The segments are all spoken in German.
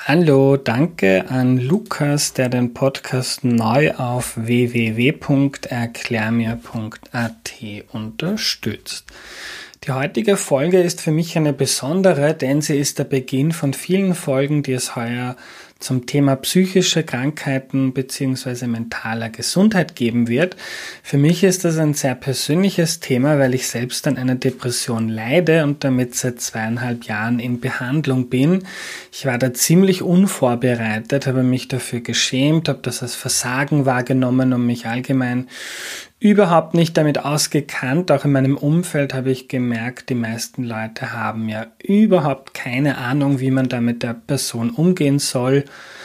Hallo, danke an Lukas, der den Podcast neu auf www.erklärmir.at unterstützt. Die heutige Folge ist für mich eine besondere, denn sie ist der Beginn von vielen Folgen, die es heuer zum Thema psychische Krankheiten bzw. mentaler Gesundheit geben wird. Für mich ist das ein sehr persönliches Thema, weil ich selbst an einer Depression leide und damit seit 2,5 Jahren in Behandlung bin. Ich war da ziemlich unvorbereitet, habe mich dafür geschämt, habe das als Versagen wahrgenommen und mich allgemein überhaupt nicht damit ausgekannt. Auch in meinem Umfeld habe ich gemerkt, die meisten Leute haben ja überhaupt keine Ahnung, wie man da mit der Person umgehen soll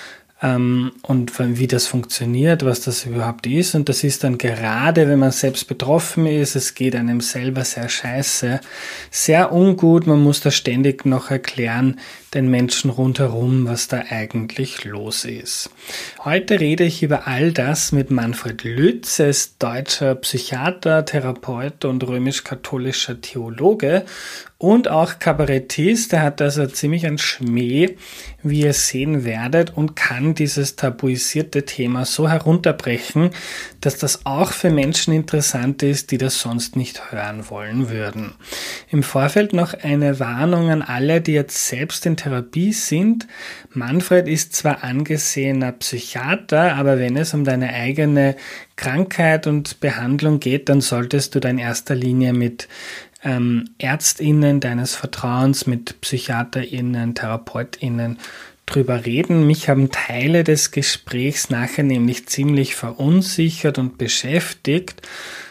und wie das funktioniert, was das überhaupt ist. Und das ist dann gerade, wenn man selbst betroffen ist, es geht einem selber sehr scheiße, sehr ungut. Man muss da ständig noch erklären den Menschen rundherum, was da eigentlich los ist. Heute rede ich über all das mit Manfred Lütz. Er ist deutscher Psychiater, Therapeut und römisch-katholischer Theologe und auch Kabarettist. Er hat also ziemlich einen Schmäh, wie ihr sehen werdet, und kann dieses tabuisierte Thema so herunterbrechen, dass das auch für Menschen interessant ist, die das sonst nicht hören wollen würden. Im Vorfeld noch eine Warnung an alle, die jetzt selbst in Therapie sind. Manfred ist zwar angesehener Psychiater, aber wenn es um deine eigene Krankheit und Behandlung geht, dann solltest du da in erster Linie mit ÄrztInnen deines Vertrauens, mit PsychiaterInnen, TherapeutInnen drüber reden. Mich haben Teile des Gesprächs nachher nämlich ziemlich verunsichert und beschäftigt.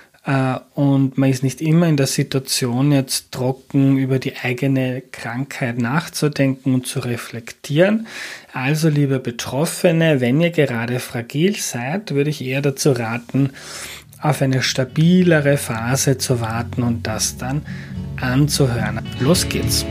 Und man ist nicht immer in der Situation, jetzt trocken über die eigene Krankheit nachzudenken und zu reflektieren. Also, liebe Betroffene, wenn ihr gerade fragil seid, würde ich eher dazu raten, auf eine stabilere Phase zu warten und das dann anzuhören. Los geht's!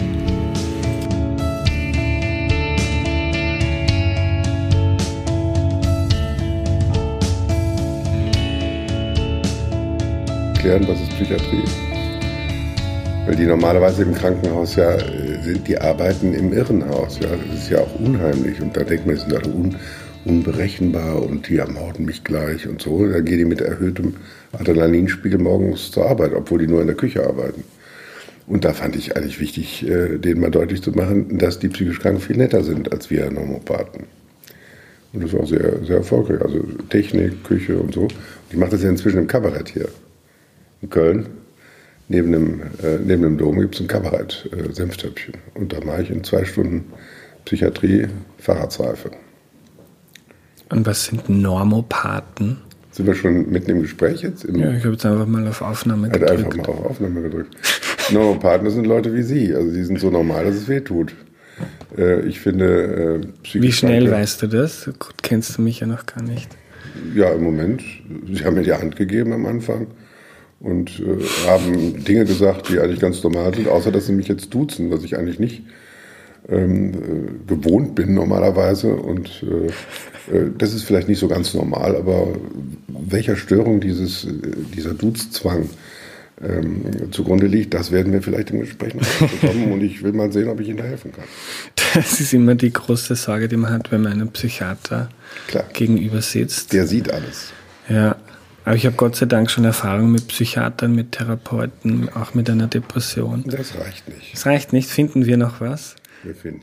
Erklären, was ist Psychiatrie? Weil die normalerweise im Krankenhaus ja sind, die arbeiten im Irrenhaus. Ja, das ist ja auch unheimlich. Und da denkt man, die sind alle unberechenbar und die ermorden mich gleich und so. Da gehen die mit erhöhtem Adrenalinspiegel morgens zur Arbeit, obwohl die nur in der Küche arbeiten. Und da fand ich eigentlich wichtig, denen mal deutlich zu machen, dass die psychisch Kranken viel netter sind als wir Normopathen. Und das war auch sehr, sehr erfolgreich. Also Technik, Küche und so. Und ich mache das ja inzwischen im Kabarett hier. In Köln, neben dem Dom, gibt es ein Kabarett, Senftöpfchen. Und da mache ich in 2 Stunden Psychiatrie Facharztreife. Und was sind Normopathen? Sind wir schon mitten im Gespräch jetzt? Ja, ich habe jetzt einfach mal auf Aufnahme gedrückt. Einfach mal auf Aufnahme gedrückt. Normopathen, das sind Leute wie Sie. Also die sind so normal, dass es weh tut. Ich finde psychisch Wie schnell Kranke, weißt du das? Gut, kennst du mich ja noch gar nicht. Ja, im Moment. Sie haben mir die Hand gegeben am Anfang. Und haben Dinge gesagt, die eigentlich ganz normal sind, außer dass sie mich jetzt duzen, was ich eigentlich nicht gewohnt bin normalerweise. Und das ist vielleicht nicht so ganz normal, aber welcher Störung dieser Duzenzwang zugrunde liegt, das werden wir vielleicht im Gespräch noch bekommen. Und ich will mal sehen, ob ich Ihnen da helfen kann. Das ist immer die große Sorge, die man hat, wenn man einem Psychiater gegenüber sitzt. Der sieht alles. Ja. Aber ich habe Gott sei Dank schon Erfahrung mit Psychiatern, mit Therapeuten, auch mit einer Depression. Das reicht nicht. Das reicht nicht. Finden wir noch was? Wir finden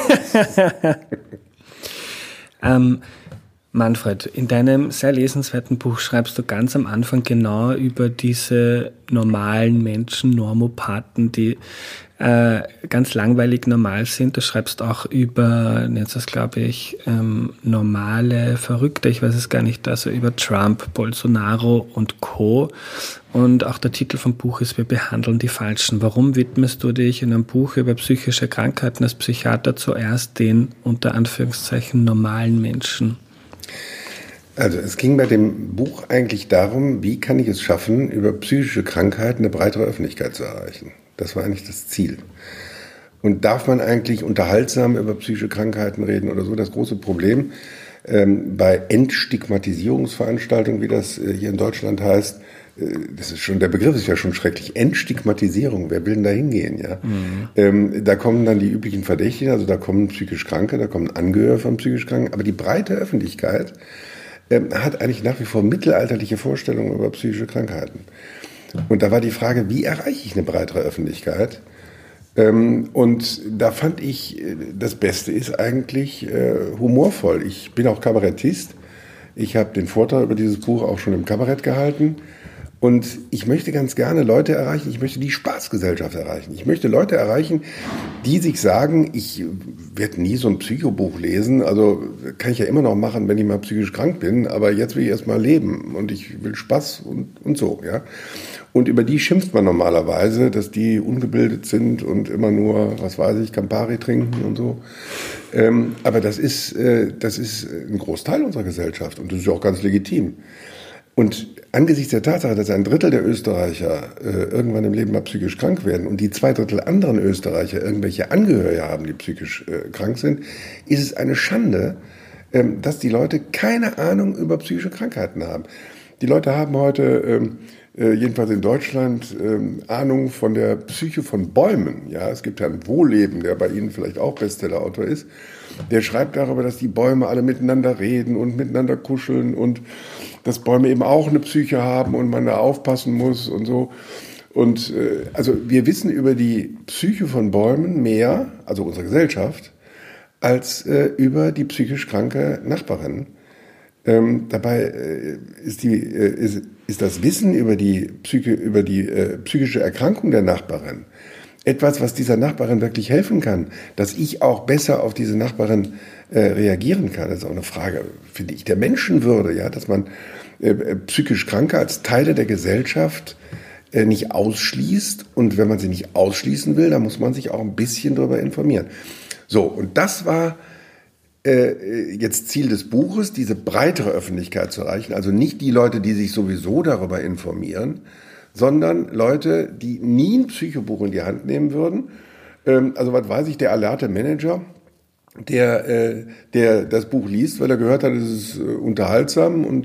Manfred, in deinem sehr lesenswerten Buch schreibst du ganz am Anfang genau über diese normalen Menschen, Normopathen, die ganz langweilig normal sind. Du schreibst auch über, nennst das glaube ich, normale Verrückte, ich weiß es gar nicht, also über Trump, Bolsonaro und Co. Und auch der Titel vom Buch ist Wir behandeln die Falschen. Warum widmest du dich in einem Buch über psychische Krankheiten als Psychiater zuerst den, unter Anführungszeichen, normalen Menschen? Also es ging bei dem Buch eigentlich darum, wie kann ich es schaffen, über psychische Krankheiten eine breitere Öffentlichkeit zu erreichen. Das war eigentlich das Ziel. Und darf man eigentlich unterhaltsam über psychische Krankheiten reden oder so? Das große Problem bei Entstigmatisierungsveranstaltungen, wie das hier in Deutschland heißt, das ist schon, der Begriff ist ja schon schrecklich, Entstigmatisierung, wer will denn da hingehen, ja? Da kommen dann die üblichen Verdächtigen, also da kommen psychisch Kranke, da kommen Angehörige von psychisch Kranken, aber die breite Öffentlichkeit hat eigentlich nach wie vor mittelalterliche Vorstellungen über psychische Krankheiten. Und da war die Frage, wie erreiche ich eine breitere Öffentlichkeit? Und da fand ich, das Beste ist eigentlich humorvoll. Ich bin auch Kabarettist. Ich habe den Vortrag über dieses Buch auch schon im Kabarett gehalten. Und ich möchte ganz gerne Leute erreichen, ich möchte die Spaßgesellschaft erreichen. Ich möchte Leute erreichen, die sich sagen, ich werde nie so ein Psychobuch lesen, also kann ich ja immer noch machen, wenn ich mal psychisch krank bin, aber jetzt will ich erst mal leben und ich will Spaß und so, ja. Und über die schimpft man normalerweise, dass die ungebildet sind und immer nur, was weiß ich, Campari trinken und so. Aber das ist ein Großteil unserer Gesellschaft und das ist ja auch ganz legitim. Und angesichts der Tatsache, dass 1/3 der Österreicher irgendwann im Leben mal psychisch krank werden und die 2/3 anderen Österreicher irgendwelche Angehörige haben, die psychisch krank sind, ist es eine Schande, dass die Leute keine Ahnung über psychische Krankheiten haben. Die Leute haben heute, jedenfalls in Deutschland, Ahnung von der Psyche von Bäumen. Ja, es gibt Herrn Wohleben, der bei Ihnen vielleicht auch Bestsellerautor ist. Der schreibt darüber, dass die Bäume alle miteinander reden und miteinander kuscheln und dass Bäume eben auch eine Psyche haben und man da aufpassen muss und so. Und also wir wissen über die Psyche von Bäumen mehr, also unsere Gesellschaft, als über die psychisch kranke Nachbarin. Dabei ist das Wissen über die psychische Erkrankung der Nachbarin etwas, was dieser Nachbarin wirklich helfen kann, dass ich auch besser auf diese Nachbarin reagieren kann. Das ist auch eine Frage, finde ich, der Menschenwürde, ja, dass man psychisch Kranke als Teile der Gesellschaft nicht ausschließt. Und wenn man sie nicht ausschließen will, dann muss man sich auch ein bisschen darüber informieren. So, und das war jetzt Ziel des Buches, diese breitere Öffentlichkeit zu erreichen. Also nicht die Leute, die sich sowieso darüber informieren, sondern Leute, die nie ein Psychobuch in die Hand nehmen würden. Also was weiß ich, der alerte Manager, der das Buch liest, weil er gehört hat, es ist unterhaltsam und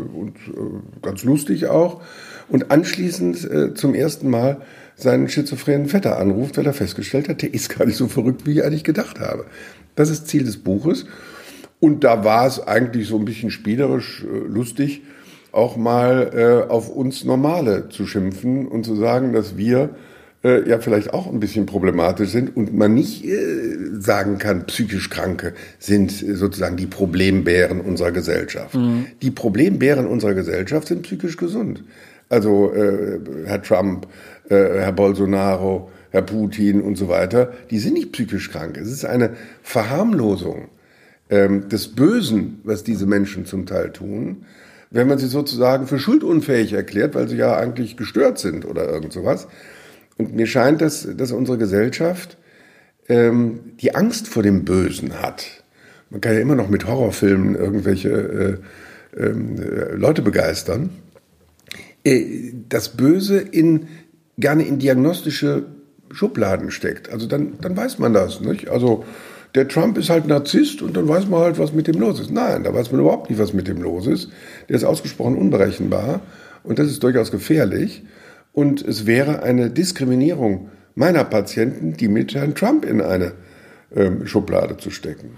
ganz lustig auch. Und anschließend zum ersten Mal seinen schizophrenen Vetter anruft, weil er festgestellt hat, der ist gar nicht so verrückt, wie ich eigentlich gedacht habe. Das ist Ziel des Buches. Und da war es eigentlich so ein bisschen spielerisch lustig, auch mal auf uns Normale zu schimpfen und zu sagen, dass wir ja vielleicht auch ein bisschen problematisch sind und man nicht sagen kann, psychisch Kranke sind sozusagen die Problembären unserer Gesellschaft. Mhm. Die Problembären unserer Gesellschaft sind psychisch gesund. Also Herr Trump, Herr Bolsonaro, Herr Putin und so weiter, die sind nicht psychisch krank. Es ist eine Verharmlosung des Bösen, was diese Menschen zum Teil tun, wenn man sie sozusagen für schuldunfähig erklärt, weil sie ja eigentlich gestört sind oder irgend sowas. Und mir scheint, dass unsere Gesellschaft die Angst vor dem Bösen hat. Man kann ja immer noch mit Horrorfilmen irgendwelche Leute begeistern. Das Böse gerne in diagnostische Schubladen steckt. Also dann weiß man das, nicht? Also der Trump ist halt Narzisst und dann weiß man halt, was mit dem los ist. Nein, da weiß man überhaupt nicht, was mit dem los ist. Der ist ausgesprochen unberechenbar und das ist durchaus gefährlich. Und es wäre eine Diskriminierung meiner Patienten, die mit Herrn Trump in eine Schublade zu stecken.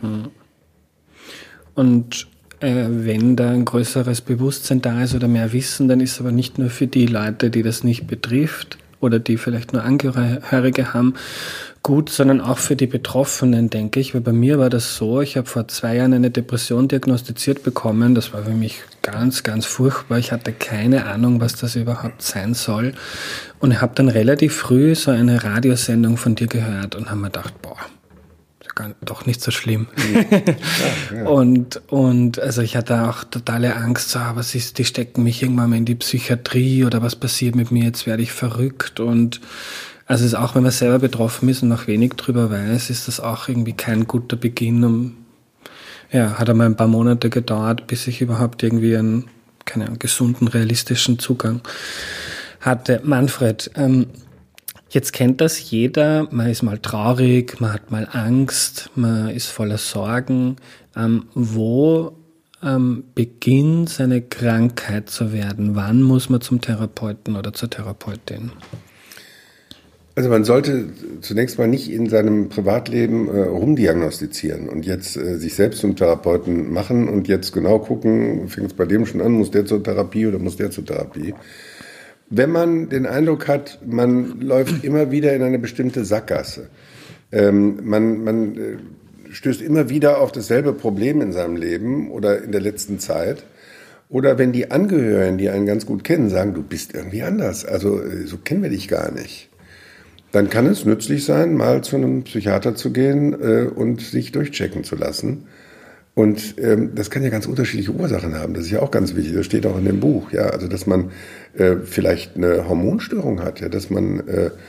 Und wenn da ein größeres Bewusstsein da ist oder mehr Wissen, dann ist es aber nicht nur für die Leute, die das nicht betrifft oder die vielleicht nur Angehörige haben, gut, sondern auch für die Betroffenen, denke ich. Weil bei mir war das so, ich habe vor 2 Jahren eine Depression diagnostiziert bekommen. Das war für mich ganz, ganz furchtbar. Ich hatte keine Ahnung, was das überhaupt sein soll. Und ich habe dann relativ früh so eine Radiosendung von dir gehört und habe mir gedacht, boah, doch nicht so schlimm. Ja. Und also ich hatte auch totale Angst, so, was ist, die stecken mich irgendwann mal in die Psychiatrie oder was passiert mit mir, jetzt werde ich verrückt. Und also es ist auch, wenn man selber betroffen ist und noch wenig drüber weiß, ist das auch irgendwie kein guter Beginn. Hat einmal ein paar Monate gedauert, bis ich überhaupt irgendwie einen gesunden, realistischen Zugang hatte. Manfred, jetzt kennt das jeder, man ist mal traurig, man hat mal Angst, man ist voller Sorgen. Wo beginnt, eine Krankheit zu werden? Wann muss man zum Therapeuten oder zur Therapeutin? Also man sollte zunächst mal nicht in seinem Privatleben rumdiagnostizieren und jetzt sich selbst zum Therapeuten machen und jetzt genau gucken, fängt es bei dem schon an, muss der zur Therapie oder muss der zur Therapie. Wenn man den Eindruck hat, man läuft immer wieder in eine bestimmte Sackgasse, man stößt immer wieder auf dasselbe Problem in seinem Leben oder in der letzten Zeit, oder wenn die Angehörigen, die einen ganz gut kennen, sagen, du bist irgendwie anders, also so kennen wir dich gar nicht, dann kann es nützlich sein, mal zu einem Psychiater zu gehen und sich durchchecken zu lassen. Und das kann ja ganz unterschiedliche Ursachen haben. Das ist ja auch ganz wichtig. Das steht auch in dem Buch. Ja, also dass man vielleicht eine Hormonstörung hat, ja, dass man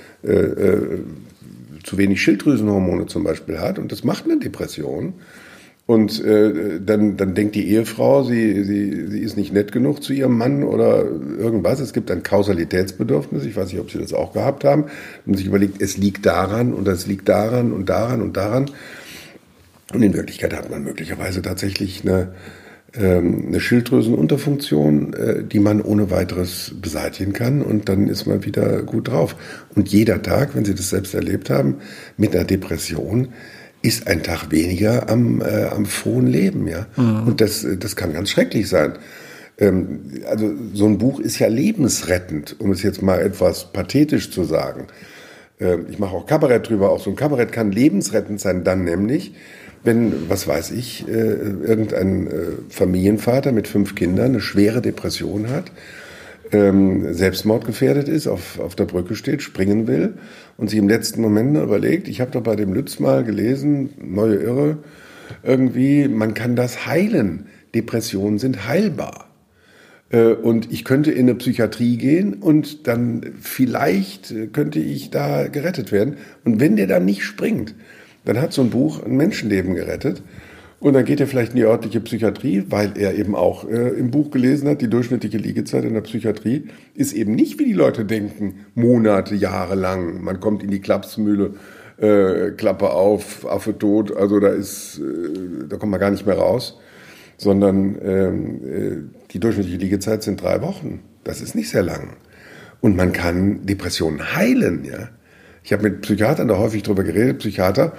zu wenig Schilddrüsenhormone zum Beispiel hat. Und das macht eine Depression. Und dann denkt die Ehefrau, sie ist nicht nett genug zu ihrem Mann oder irgendwas. Es gibt ein Kausalitätsbedürfnis. Ich weiß nicht, ob Sie das auch gehabt haben. Und sich überlegt, es liegt daran und das liegt daran und daran und daran. Und in Wirklichkeit hat man möglicherweise tatsächlich eine Schilddrüsenunterfunktion, die man ohne weiteres beseitigen kann. Und dann ist man wieder gut drauf. Und jeder Tag, wenn Sie das selbst erlebt haben, mit einer Depression, ist ein Tag weniger am frohen Leben, ja. Mhm. Und das kann ganz schrecklich sein. Also so ein Buch ist ja lebensrettend, um es jetzt mal etwas pathetisch zu sagen. Ich mache auch Kabarett drüber. Auch so ein Kabarett kann lebensrettend sein, dann nämlich, wenn, was weiß ich, irgendein Familienvater mit 5 Kindern eine schwere Depression hat, selbstmordgefährdet ist, auf der Brücke steht, springen will und sich im letzten Moment überlegt, ich habe doch bei dem Lütz mal gelesen, Neue Irre, irgendwie, man kann das heilen. Depressionen sind heilbar. Und ich könnte in eine Psychiatrie gehen und dann vielleicht könnte ich da gerettet werden. Und wenn der dann nicht springt, dann hat so ein Buch ein Menschenleben gerettet. Und dann geht er vielleicht in die örtliche Psychiatrie, weil er eben auch im Buch gelesen hat, die durchschnittliche Liegezeit in der Psychiatrie ist eben nicht, wie die Leute denken, Monate, Jahre lang. Man kommt in die Klapsmühle, Klappe auf, Affe tot, also da kommt man gar nicht mehr raus. Sondern die durchschnittliche Liegezeit sind 3 Wochen. Das ist nicht sehr lang. Und man kann Depressionen heilen, ja. Ich habe mit Psychiatern da häufig drüber geredet, Psychiater,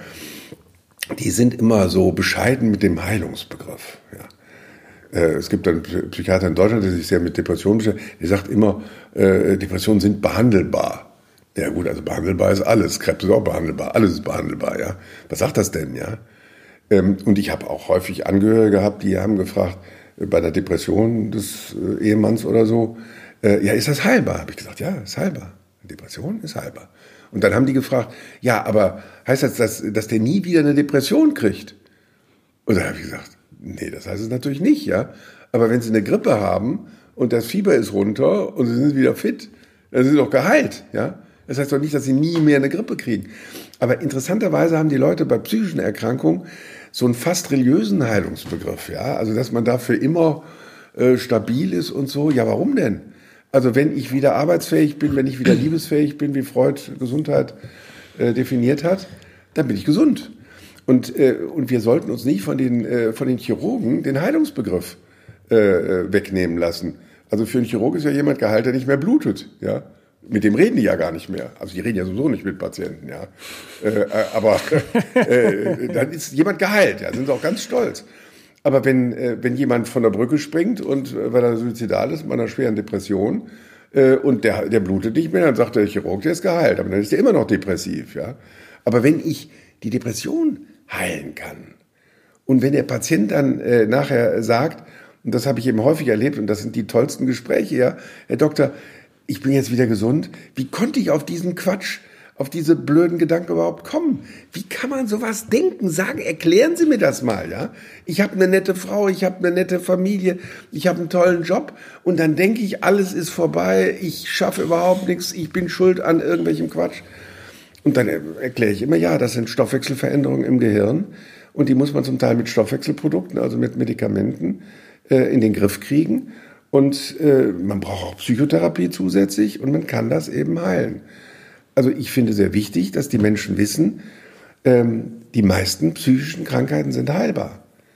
die sind immer so bescheiden mit dem Heilungsbegriff. Ja. Es gibt einen Psychiater in Deutschland, der sich sehr mit Depressionen beschäftigt, der sagt immer, Depressionen sind behandelbar. Ja gut, also behandelbar ist alles. Krebs ist auch behandelbar, alles ist behandelbar. Ja. Was sagt das denn? Ja? Und ich habe auch häufig Angehörige gehabt, die haben gefragt, bei der Depression des Ehemanns oder so, ja, ist das heilbar? Habe ich gesagt, ja, ist heilbar. Depression ist heilbar. Und dann haben die gefragt, ja, aber heißt das, dass der nie wieder eine Depression kriegt? Und dann habe ich gesagt, nee, das heißt es natürlich nicht, ja. Aber wenn Sie eine Grippe haben und das Fieber ist runter und Sie sind wieder fit, dann sind Sie doch geheilt, ja. Das heißt doch nicht, dass Sie nie mehr eine Grippe kriegen. Aber interessanterweise haben die Leute bei psychischen Erkrankungen so einen fast religiösen Heilungsbegriff, ja. Also, dass man dafür immer stabil ist und so. Ja, warum denn? Also wenn ich wieder arbeitsfähig bin, wenn ich wieder liebesfähig bin, wie Freud Gesundheit definiert hat, dann bin ich gesund. Und wir sollten uns nicht von den Chirurgen den Heilungsbegriff wegnehmen lassen. Also für einen Chirurg ist ja jemand geheilt, der nicht mehr blutet. Ja? Mit dem reden die ja gar nicht mehr. Also die reden ja sowieso nicht mit Patienten. Ja? Aber dann ist jemand geheilt. Ja? Sind sie auch ganz stolz. Aber wenn jemand von der Brücke springt und weil er suizidal ist, bei einer schweren Depression und der blutet nicht mehr, dann sagt der Chirurg, der ist geheilt. Aber dann ist der immer noch depressiv. Ja? Aber wenn ich die Depression heilen kann und wenn der Patient dann nachher sagt, und das habe ich eben häufig erlebt und das sind die tollsten Gespräche, ja, Herr Doktor, ich bin jetzt wieder gesund. Wie konnte ich auf diesen Quatsch, auf diese blöden Gedanken überhaupt kommen? Wie kann man sowas denken? Erklären Sie mir das mal, ja? Ich habe eine nette Frau, ich habe eine nette Familie, ich habe einen tollen Job und dann denke ich, alles ist vorbei, ich schaffe überhaupt nichts, ich bin schuld an irgendwelchem Quatsch. Und dann erkläre ich immer, ja, das sind Stoffwechselveränderungen im Gehirn und die muss man zum Teil mit Stoffwechselprodukten, also mit Medikamenten, in den Griff kriegen. Und man braucht auch Psychotherapie zusätzlich und man kann das eben heilen. Also ich finde sehr wichtig, dass die Menschen wissen, die meisten psychischen Krankheiten sind heilbar.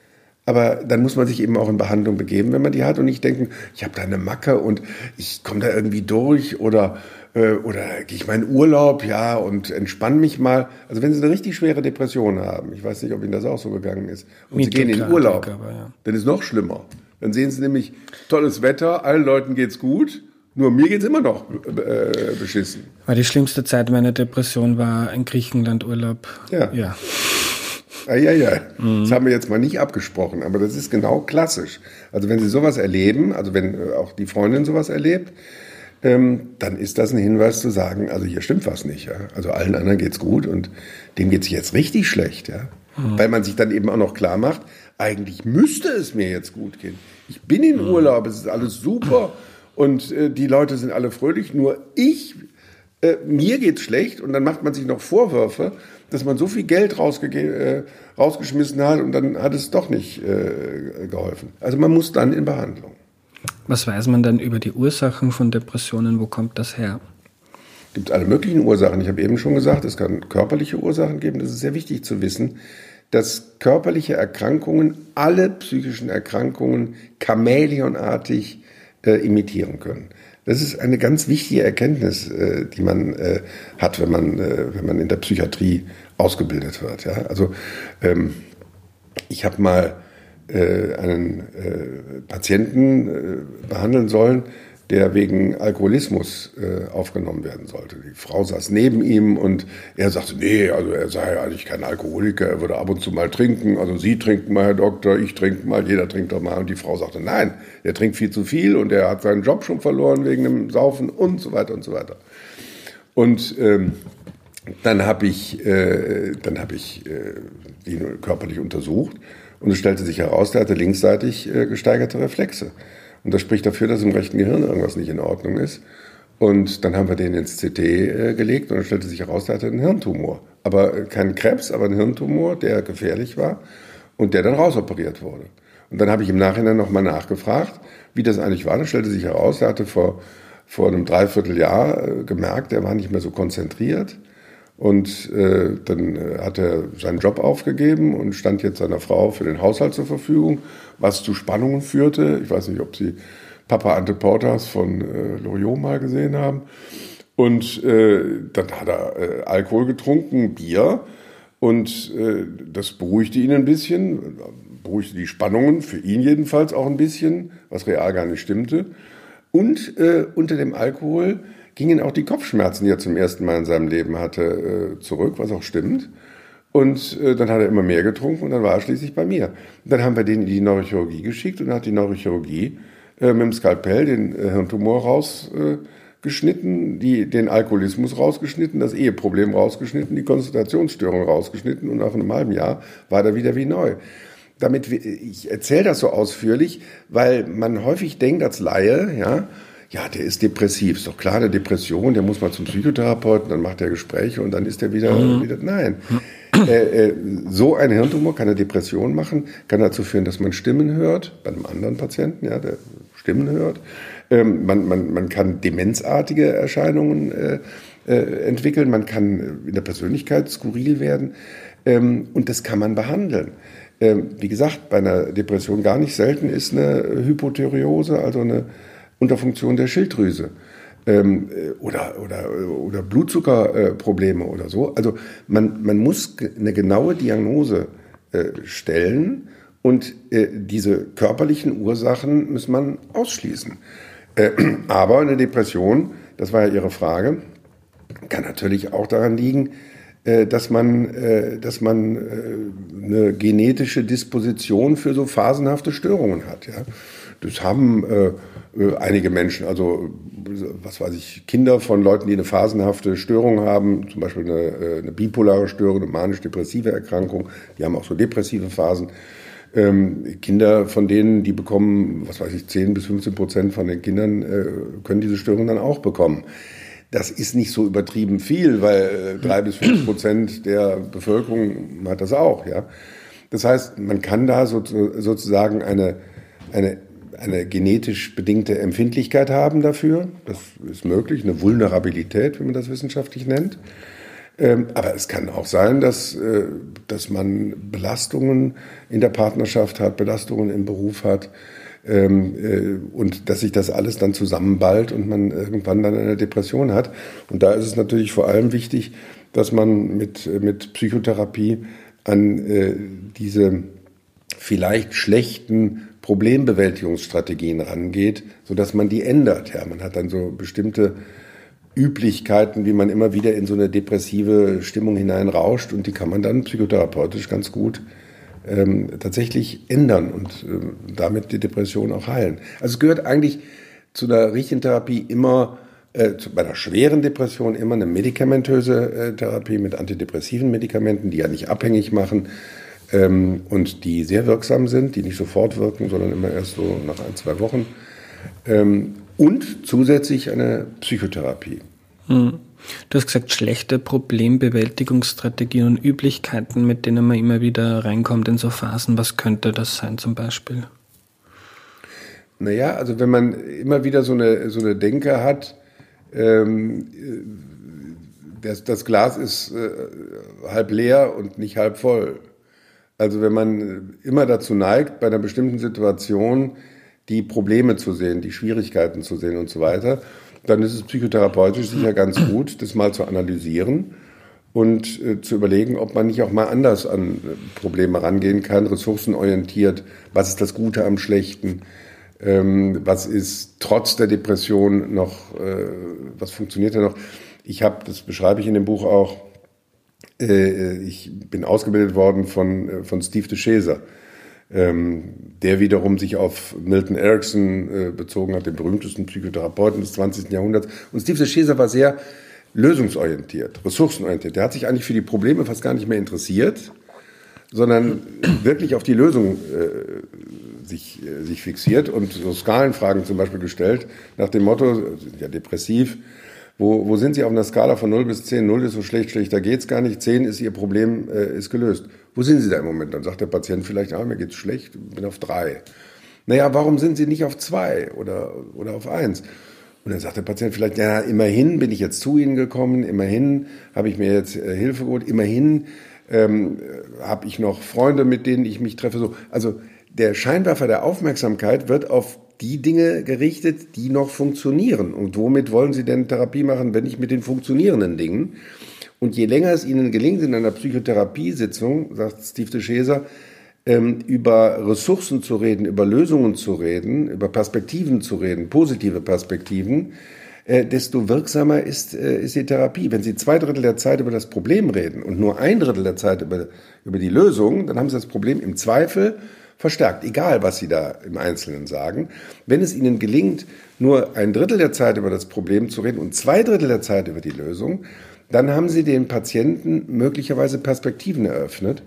Aber dann muss man sich eben auch in Behandlung begeben, wenn man die hat und nicht denken, ich habe da eine Macke und ich komme da irgendwie durch oder gehe ich mal in Urlaub, ja, und entspanne mich mal. Also wenn Sie eine richtig schwere Depression haben, ich weiß nicht, ob Ihnen das auch so gegangen ist, und Sie gehen in den Urlaub, dann ist es noch schlimmer. Dann sehen Sie nämlich tolles Wetter, allen Leuten geht's gut, nur mir geht's immer noch beschissen. Weil die schlimmste Zeit meiner Depression war ein Griechenland-Urlaub. Ja. Ja. Das haben wir jetzt mal nicht abgesprochen, aber das ist genau klassisch. Also wenn Sie sowas erleben, also wenn auch die Freundin sowas erlebt, dann ist das ein Hinweis zu sagen, also hier stimmt was nicht. Ja? Also allen anderen geht's gut und dem geht's jetzt richtig schlecht. Ja? Weil man sich dann eben auch noch klar macht, eigentlich müsste es mir jetzt gut gehen. Ich bin in Urlaub, es ist alles super und die Leute sind alle fröhlich, nur mir geht's schlecht und dann macht man sich noch Vorwürfe, dass man so viel Geld rausgeschmissen hat und dann hat es doch nicht geholfen. Also man muss dann in Behandlung. Was weiß man denn über die Ursachen von Depressionen? Wo kommt das her? Es gibt alle möglichen Ursachen. Ich habe eben schon gesagt, es kann körperliche Ursachen geben. Das ist sehr wichtig zu wissen, dass körperliche Erkrankungen alle psychischen Erkrankungen chamäleonartig imitieren können. Das ist eine ganz wichtige Erkenntnis, die man hat, wenn man in der Psychiatrie ausgebildet wird. Ja? Also ich habe mal einen Patienten behandeln sollen, der wegen Alkoholismus aufgenommen werden sollte. Die Frau saß neben ihm und er sagte, nee, also er sei eigentlich kein Alkoholiker, er würde ab und zu mal trinken, also Sie trinken mal, Herr Doktor, ich trinke mal, jeder trinkt doch mal. Und die Frau sagte, nein, er trinkt viel zu viel und er hat seinen Job schon verloren wegen dem Saufen und so weiter und so weiter. Und dann habe ich ihn körperlich untersucht und es stellte sich heraus, der hatte linksseitig gesteigerte Reflexe. Und das spricht dafür, dass im rechten Gehirn irgendwas nicht in Ordnung ist. Und dann haben wir den ins CT gelegt und dann stellte sich heraus, der hatte einen Hirntumor. Aber kein Krebs, aber einen Hirntumor, der gefährlich war und der dann rausoperiert wurde. Und dann habe ich im Nachhinein nochmal nachgefragt, wie das eigentlich war. Dann stellte sich heraus, er hatte vor einem Dreivierteljahr gemerkt, er war nicht mehr so konzentriert. Und dann hat er seinen Job aufgegeben und stand jetzt seiner Frau für den Haushalt zur Verfügung, was zu Spannungen führte. Ich weiß nicht, ob Sie Papa Ante Portas von Loriot mal gesehen haben. Und dann hat er Alkohol getrunken, Bier. Und das beruhigte ihn ein bisschen, beruhigte die Spannungen, für ihn jedenfalls auch ein bisschen, was real gar nicht stimmte. Und unter dem Alkohol gingen auch die Kopfschmerzen, die er zum ersten Mal in seinem Leben hatte, zurück, was auch stimmt. Und dann hat er immer mehr getrunken und dann war er schließlich bei mir. Und dann haben wir den in die Neurochirurgie geschickt und dann hat die Neurochirurgie mit dem Skalpell den Hirntumor rausgeschnitten, den Alkoholismus rausgeschnitten, das Eheproblem rausgeschnitten, die Konzentrationsstörung rausgeschnitten und nach einem halben Jahr war er wieder wie neu. Ich erzähle das so ausführlich, weil man häufig denkt als Laie, ja, der ist depressiv. Ist doch klar, eine Depression, der muss mal zum Psychotherapeuten, dann macht er Gespräche und dann ist er wieder. Nein. So ein Hirntumor kann eine Depression machen, kann dazu führen, dass man Stimmen hört, bei einem anderen Patienten, ja, der Stimmen hört. Man kann demenzartige Erscheinungen entwickeln, man kann in der Persönlichkeit skurril werden und das kann man behandeln. Wie gesagt, bei einer Depression gar nicht selten ist eine Hypothyreose, also eine Unterfunktion der Schilddrüse oder Blutzuckerprobleme oder so. Also man muss eine genaue Diagnose stellen und diese körperlichen Ursachen muss man ausschließen. Aber eine Depression, das war ja Ihre Frage, kann natürlich auch daran liegen, dass man eine genetische Disposition für so phasenhafte Störungen hat. Ja? Das haben einige Menschen, also was weiß ich, Kinder von Leuten, die eine phasenhafte Störung haben, zum Beispiel eine bipolare Störung, eine manisch-depressive Erkrankung, die haben auch so depressive Phasen. Kinder von denen, die bekommen, was weiß ich, 10-15% von den Kindern können diese Störung dann auch bekommen. Das ist nicht so übertrieben viel, weil 3-5% der Bevölkerung hat das auch. Ja? Das heißt, man kann da sozusagen eine genetisch bedingte Empfindlichkeit haben dafür. Das ist möglich, eine Vulnerabilität, wie man das wissenschaftlich nennt. Aber es kann auch sein, dass man Belastungen in der Partnerschaft hat, Belastungen im Beruf hat, und dass sich das alles dann zusammenballt und man irgendwann dann eine Depression hat. Und da ist es natürlich vor allem wichtig, dass man mit Psychotherapie an diese vielleicht schlechten Problembewältigungsstrategien rangeht, sodass man die ändert. Ja, man hat dann so bestimmte Üblichkeiten, wie man immer wieder in so eine depressive Stimmung hineinrauscht, und die kann man dann psychotherapeutisch ganz gut tatsächlich ändern und damit die Depression auch heilen. Also es gehört eigentlich zu einer richtigen Therapie immer, bei einer schweren Depression immer eine medikamentöse Therapie mit antidepressiven Medikamenten, die ja nicht abhängig machen und die sehr wirksam sind, die nicht sofort wirken, sondern immer erst so nach 1-2 Wochen. Und zusätzlich eine Psychotherapie. Du hast gesagt, schlechte Problembewältigungsstrategien und Üblichkeiten, mit denen man immer wieder reinkommt in so Phasen. Was könnte das sein zum Beispiel? Naja, also wenn man immer wieder so eine Denke hat, das Glas ist halb leer und nicht halb voll. Also wenn man immer dazu neigt, bei einer bestimmten Situation die Probleme zu sehen, die Schwierigkeiten zu sehen und so weiter, dann ist es psychotherapeutisch sicher ganz gut, das mal zu analysieren und zu überlegen, ob man nicht auch mal anders an Probleme rangehen kann, ressourcenorientiert. Was ist das Gute am Schlechten? Was ist trotz der Depression noch, was funktioniert da noch? Das beschreibe ich in dem Buch auch, ich bin ausgebildet worden von Steve DeShazer, der wiederum sich auf Milton Erickson bezogen hat, den berühmtesten Psychotherapeuten des 20. Jahrhunderts. Und Steve DeShazer war sehr lösungsorientiert, ressourcenorientiert. Der hat sich eigentlich für die Probleme fast gar nicht mehr interessiert, sondern wirklich auf die Lösung sich fixiert und so Skalenfragen zum Beispiel gestellt, nach dem Motto, ja, depressiv, wo sind Sie auf einer Skala von 0 bis 10? 0 ist so schlecht, schlechter geht's gar nicht. 10 ist Ihr Problem, ist gelöst. Wo sind Sie da im Moment? Dann sagt der Patient vielleicht, mir geht's schlecht, bin auf 3. Naja, warum sind Sie nicht auf 2 oder auf 1? Und dann sagt der Patient vielleicht, ja, immerhin bin ich jetzt zu Ihnen gekommen, immerhin habe ich mir jetzt Hilfe geholt, immerhin habe ich noch Freunde, mit denen ich mich treffe. So. Also der Scheinwerfer der Aufmerksamkeit wird auf die Dinge gerichtet, die noch funktionieren. Und womit wollen Sie denn Therapie machen, wenn nicht mit den funktionierenden Dingen? Und je länger es Ihnen gelingt, in einer Psychotherapiesitzung, sagt Steve DeShazer, über Ressourcen zu reden, über Lösungen zu reden, über Perspektiven zu reden, positive Perspektiven, desto wirksamer ist die Therapie. Wenn Sie 2/3 der Zeit über das Problem reden und nur 1/3 der Zeit über die Lösung, dann haben Sie das Problem im Zweifel verstärkt, egal was Sie da im Einzelnen sagen. Wenn es Ihnen gelingt, nur 1/3 der Zeit über das Problem zu reden und 2/3 der Zeit über die Lösung, dann haben Sie den Patienten möglicherweise Perspektiven eröffnet.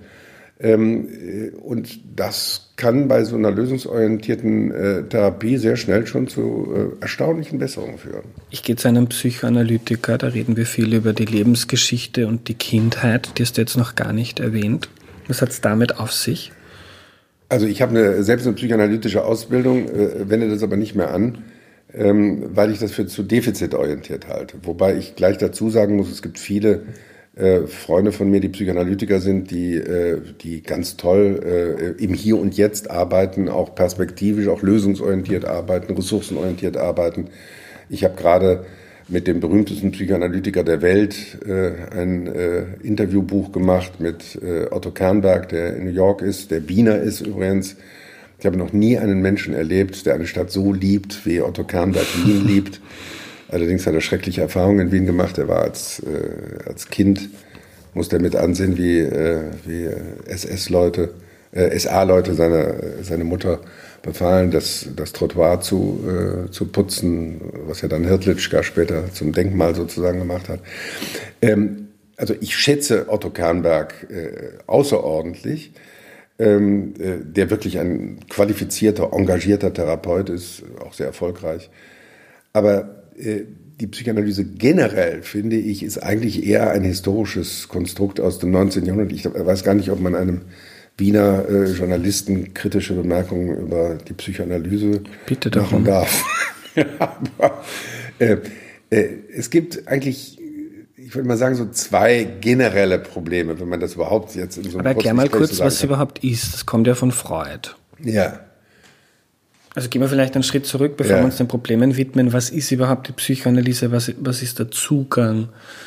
Und das kann bei so einer lösungsorientierten Therapie sehr schnell schon zu erstaunlichen Besserungen führen. Ich gehe zu einem Psychoanalytiker, da reden wir viel über die Lebensgeschichte und die Kindheit, die hast du jetzt noch gar nicht erwähnt. Was hat es damit auf sich? Also ich habe selbst eine psychoanalytische Ausbildung, wende das aber nicht mehr an, weil ich das für zu defizitorientiert halte. Wobei ich gleich dazu sagen muss, es gibt viele Freunde von mir, die Psychoanalytiker sind, die ganz toll im Hier und Jetzt arbeiten, auch perspektivisch, auch lösungsorientiert arbeiten, ressourcenorientiert arbeiten. Ich habe gerade mit dem berühmtesten Psychoanalytiker der Welt ein Interviewbuch gemacht mit Otto Kernberg, der in New York ist, der Wiener ist übrigens. Ich habe noch nie einen Menschen erlebt, der eine Stadt so liebt, wie Otto Kernberg Wien liebt. Allerdings hat er schreckliche Erfahrungen in Wien gemacht. Er war als Kind, musste er mit ansehen, wie SS-Leute, SA-Leute seine Mutter befahlen, das Trottoir zu putzen, was ja dann Hirtlitschka später zum Denkmal sozusagen gemacht hat. Also ich schätze Otto Kernberg außerordentlich, der wirklich ein qualifizierter, engagierter Therapeut ist, auch sehr erfolgreich. Aber die Psychoanalyse generell, finde ich, ist eigentlich eher ein historisches Konstrukt aus dem 19. Jahrhundert. Ich weiß gar nicht, ob man einem Wiener Journalisten kritische Bemerkungen über die Psychoanalyse machen darf. Aber es gibt eigentlich, ich würde mal sagen, so zwei generelle Probleme, wenn man das überhaupt jetzt in so einem Aber erklär mal kurz, was es überhaupt ist. Das kommt ja von Freud. Ja. Also gehen wir vielleicht einen Schritt zurück, bevor wir uns den Problemen widmen. Was ist überhaupt die Psychoanalyse? Was ist der Zugang?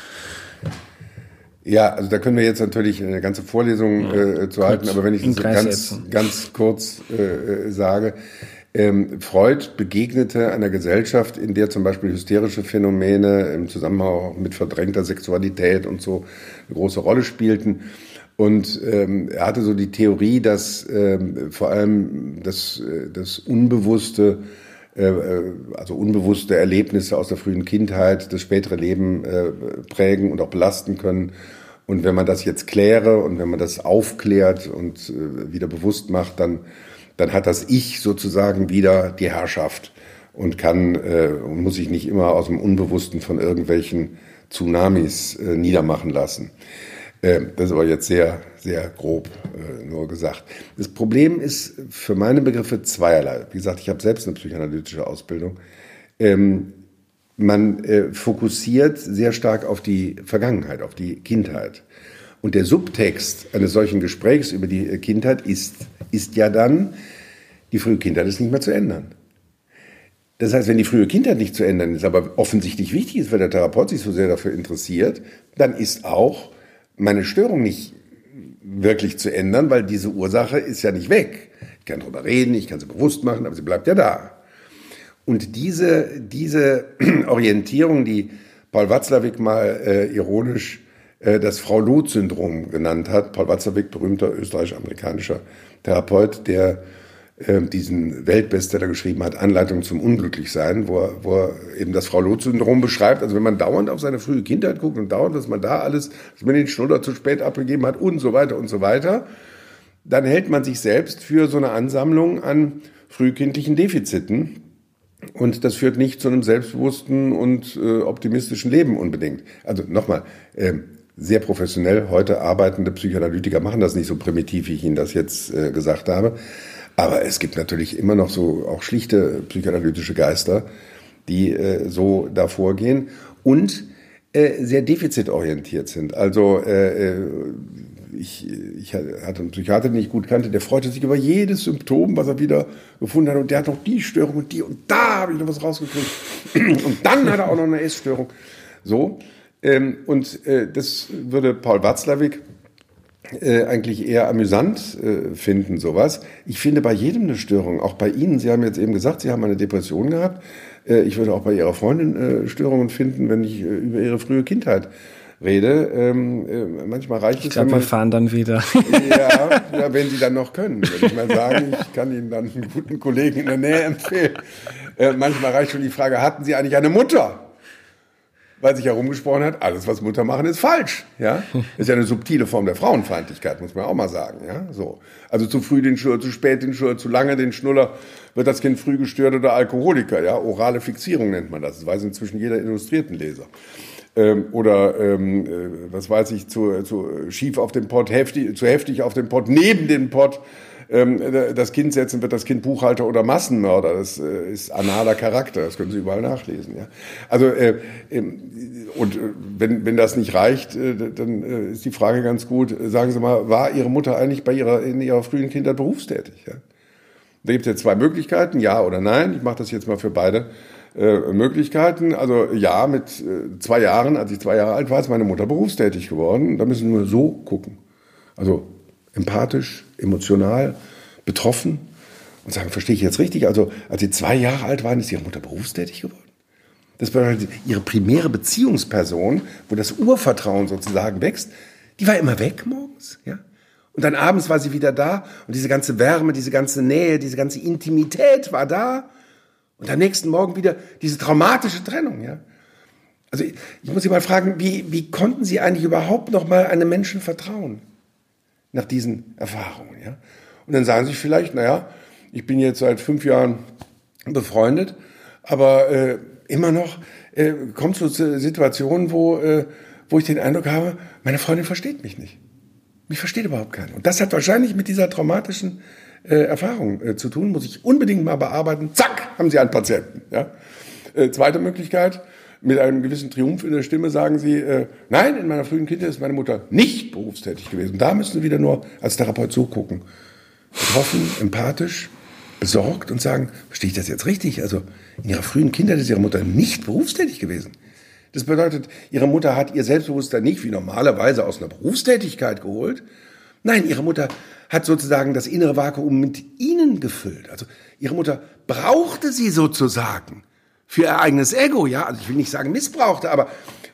Ja, also da können wir jetzt natürlich eine ganze Vorlesung zu halten, aber wenn ich das ganz kurz sage, Freud begegnete einer Gesellschaft, in der zum Beispiel hysterische Phänomene im Zusammenhang auch mit verdrängter Sexualität und so eine große Rolle spielten. Und er hatte so die Theorie, dass vor allem das Unbewusste, also unbewusste Erlebnisse aus der frühen Kindheit das spätere Leben prägen und auch belasten können. Und wenn man das jetzt kläre und wenn man das aufklärt und wieder bewusst macht, dann hat das Ich sozusagen wieder die Herrschaft und muss sich nicht immer aus dem Unbewussten von irgendwelchen Tsunamis niedermachen lassen. Das ist aber jetzt sehr, sehr grob nur gesagt. Das Problem ist für meine Begriffe zweierlei. Wie gesagt, ich habe selbst eine psychoanalytische Ausbildung. Man fokussiert sehr stark auf die Vergangenheit, auf die Kindheit. Und der Subtext eines solchen Gesprächs über die Kindheit ist ja dann, die frühe Kindheit ist nicht mehr zu ändern. Das heißt, wenn die frühe Kindheit nicht zu ändern ist, aber offensichtlich wichtig ist, weil der Therapeut sich so sehr dafür interessiert, dann ist auch meine Störung nicht wirklich zu ändern, weil diese Ursache ist ja nicht weg. Ich kann darüber reden, ich kann sie bewusst machen, aber sie bleibt ja da. Und diese Orientierung, die Paul Watzlawick mal ironisch das Frau-Loth-Syndrom genannt hat. Paul Watzlawick, berühmter österreichisch-amerikanischer Therapeut, der diesen Weltbestseller geschrieben hat, Anleitung zum Unglücklichsein, wo er eben das Frau-Loth-Syndrom beschreibt. Also wenn man dauernd auf seine frühe Kindheit guckt und dauernd, dass man den Schnuller zu spät abgegeben hat und so weiter, dann hält man sich selbst für so eine Ansammlung an frühkindlichen Defiziten. Und das führt nicht zu einem selbstbewussten und optimistischen Leben unbedingt. Also nochmal, sehr professionell heute arbeitende Psychoanalytiker machen das nicht so primitiv, wie ich Ihnen das jetzt gesagt habe. Aber es gibt natürlich immer noch so auch schlichte psychoanalytische Geister, die so da vorgehen und sehr defizitorientiert sind. Also ich hatte einen Psychiater, den ich gut kannte, der freute sich über jedes Symptom, was er wieder gefunden hat. Und der hat noch die Störung und die. Und da habe ich noch was rausgekriegt. Und dann hat er auch noch eine Essstörung. So. Das würde Paul Watzlawick eigentlich eher amüsant finden, sowas. Ich finde bei jedem eine Störung, auch bei Ihnen. Sie haben jetzt eben gesagt, Sie haben eine Depression gehabt. Ich würde auch bei Ihrer Freundin Störungen finden, wenn ich über Ihre frühe Kindheit rede. Manchmal reicht es. Ich glaube, wir fahren dann wieder. Ja, wenn Sie dann noch können, würde ich mal sagen. Ich kann Ihnen dann einen guten Kollegen in der Nähe empfehlen. Manchmal reicht schon die Frage, hatten Sie eigentlich eine Mutter? Weil sich herumgesprochen hat, alles, was Mutter machen, ist falsch. Ja? Ist ja eine subtile Form der Frauenfeindlichkeit, muss man auch mal sagen. Ja? So. Also zu früh den Schnuller, zu spät den Schnuller, zu lange den Schnuller, wird das Kind früh gestört oder Alkoholiker. Ja? Orale Fixierung nennt man das. Das weiß inzwischen jeder Illustriertenleser. Was weiß ich, zu schief auf dem Pott, zu heftig auf dem Pott, neben dem Pott das Kind setzen, wird das Kind Buchhalter oder Massenmörder. Das ist analer Charakter, das können Sie überall nachlesen. Ja? Also wenn das nicht reicht, dann ist die Frage ganz gut, sagen Sie mal, war Ihre Mutter eigentlich in ihrer frühen Kindheit berufstätig? Ja? Da gibt es ja zwei Möglichkeiten, ja oder nein. Ich mache das jetzt mal für beide Möglichkeiten. Also ja, mit 2 Jahren, als ich 2 Jahre alt war, ist meine Mutter berufstätig geworden. Da müssen wir nur so gucken. Also empathisch, emotional, betroffen und sagen, verstehe ich jetzt richtig? Also als Sie 2 Jahre alt waren, ist Ihre Mutter berufstätig geworden? Das bedeutet, Ihre primäre Beziehungsperson, wo das Urvertrauen sozusagen wächst, die war immer weg morgens, ja? Und dann abends war sie wieder da und diese ganze Wärme, diese ganze Nähe, diese ganze Intimität war da. Und am nächsten Morgen wieder diese traumatische Trennung, ja. Also ich muss Sie mal fragen, wie konnten Sie eigentlich überhaupt noch mal einem Menschen vertrauen? Nach diesen Erfahrungen, ja. Und dann sagen Sie vielleicht, naja, ich bin jetzt seit 5 Jahren befreundet, aber immer noch kommt es zu Situationen, wo ich den Eindruck habe, meine Freundin versteht mich nicht. Mich versteht überhaupt keiner. Und das hat wahrscheinlich mit dieser traumatischen Erfahrung zu tun, muss ich unbedingt mal bearbeiten. Zack, haben Sie einen Patienten. Ja? Zweite Möglichkeit, mit einem gewissen Triumph in der Stimme sagen Sie, nein, in meiner frühen Kindheit ist meine Mutter nicht berufstätig gewesen. Da müssen Sie wieder nur als Therapeut zugucken. Betroffen, empathisch, besorgt und sagen, verstehe ich das jetzt richtig? Also in ihrer frühen Kindheit ist ihre Mutter nicht berufstätig gewesen. Das bedeutet, ihre Mutter hat ihr Selbstbewusstsein nicht wie normalerweise aus einer Berufstätigkeit geholt. Nein, ihre Mutter hat sozusagen das innere Vakuum mit ihnen gefüllt. Also ihre Mutter brauchte sie sozusagen für ihr eigenes Ego. Ja, also ich will nicht sagen missbrauchte, aber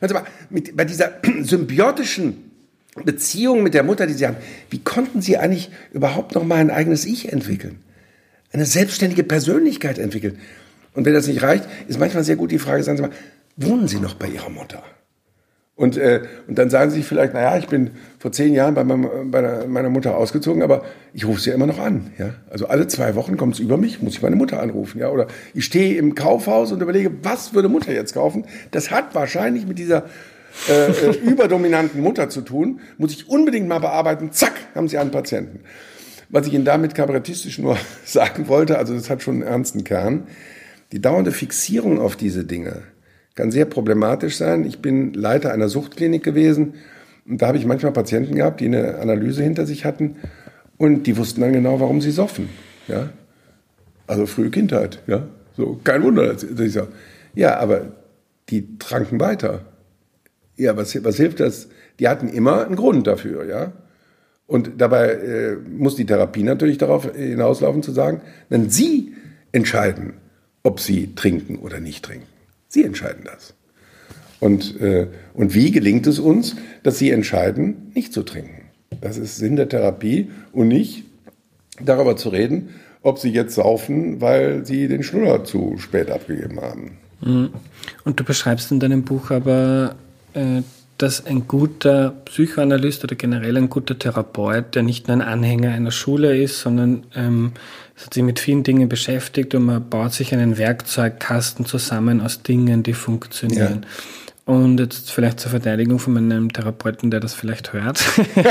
bei dieser symbiotischen Beziehung mit der Mutter, die sie haben, wie konnten sie eigentlich überhaupt noch mal ein eigenes Ich entwickeln? Eine selbstständige Persönlichkeit entwickeln. Und wenn das nicht reicht, ist manchmal sehr gut die Frage, sagen Sie mal, wohnen Sie noch bei Ihrer Mutter? Und dann sagen Sie vielleicht, naja, ich bin vor 10 Jahren bei meiner Mutter ausgezogen, aber ich rufe sie ja immer noch an. Ja? Also alle 2 Wochen kommt es über mich, muss ich meine Mutter anrufen. Ja? Oder ich stehe im Kaufhaus und überlege, was würde Mutter jetzt kaufen? Das hat wahrscheinlich mit dieser überdominanten Mutter zu tun, muss ich unbedingt mal bearbeiten, zack, haben Sie einen Patienten. Was ich Ihnen damit kabarettistisch nur sagen wollte, also das hat schon einen ernsten Kern, die dauernde Fixierung auf diese Dinge kann sehr problematisch sein. Ich bin Leiter einer Suchtklinik gewesen und da habe ich manchmal Patienten gehabt, die eine Analyse hinter sich hatten und die wussten dann genau, warum sie soffen. Ja? Also frühe Kindheit, ja, so kein Wunder, dass ich sage, ja, aber die tranken weiter. Ja, was hilft das? Die hatten immer einen Grund dafür, ja. Und dabei muss die Therapie natürlich darauf hinauslaufen zu sagen, denn Sie entscheiden, ob Sie trinken oder nicht trinken. Sie entscheiden das. Und wie gelingt es uns, dass Sie entscheiden, nicht zu trinken? Das ist Sinn der Therapie und nicht darüber zu reden, ob Sie jetzt saufen, weil Sie den Schnuller zu spät abgegeben haben. Und du beschreibst in deinem Buch aber, dass ein guter Psychoanalyst oder generell ein guter Therapeut, der nicht nur ein Anhänger einer Schule ist, sondern hat sich mit vielen Dingen beschäftigt und man baut sich einen Werkzeugkasten zusammen aus Dingen, die funktionieren. Ja. Und jetzt vielleicht zur Verteidigung von meinem Therapeuten, der das vielleicht hört.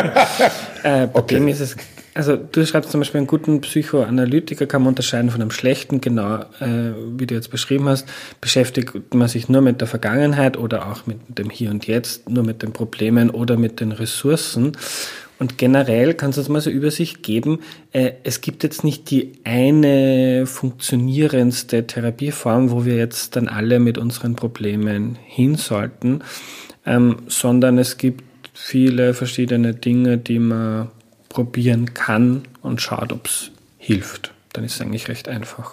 Bei dem ist es, also du schreibst zum Beispiel, einen guten Psychoanalytiker kann man unterscheiden von einem schlechten, genau wie du jetzt beschrieben hast, beschäftigt man sich nur mit der Vergangenheit oder auch mit dem Hier und Jetzt, nur mit den Problemen oder mit den Ressourcen. Und generell kannst du uns mal so Übersicht geben, es gibt jetzt nicht die eine funktionierendste Therapieform, wo wir jetzt dann alle mit unseren Problemen hin sollten, sondern es gibt viele verschiedene Dinge, die man probieren kann und schaut, ob es hilft. Dann ist es eigentlich recht einfach.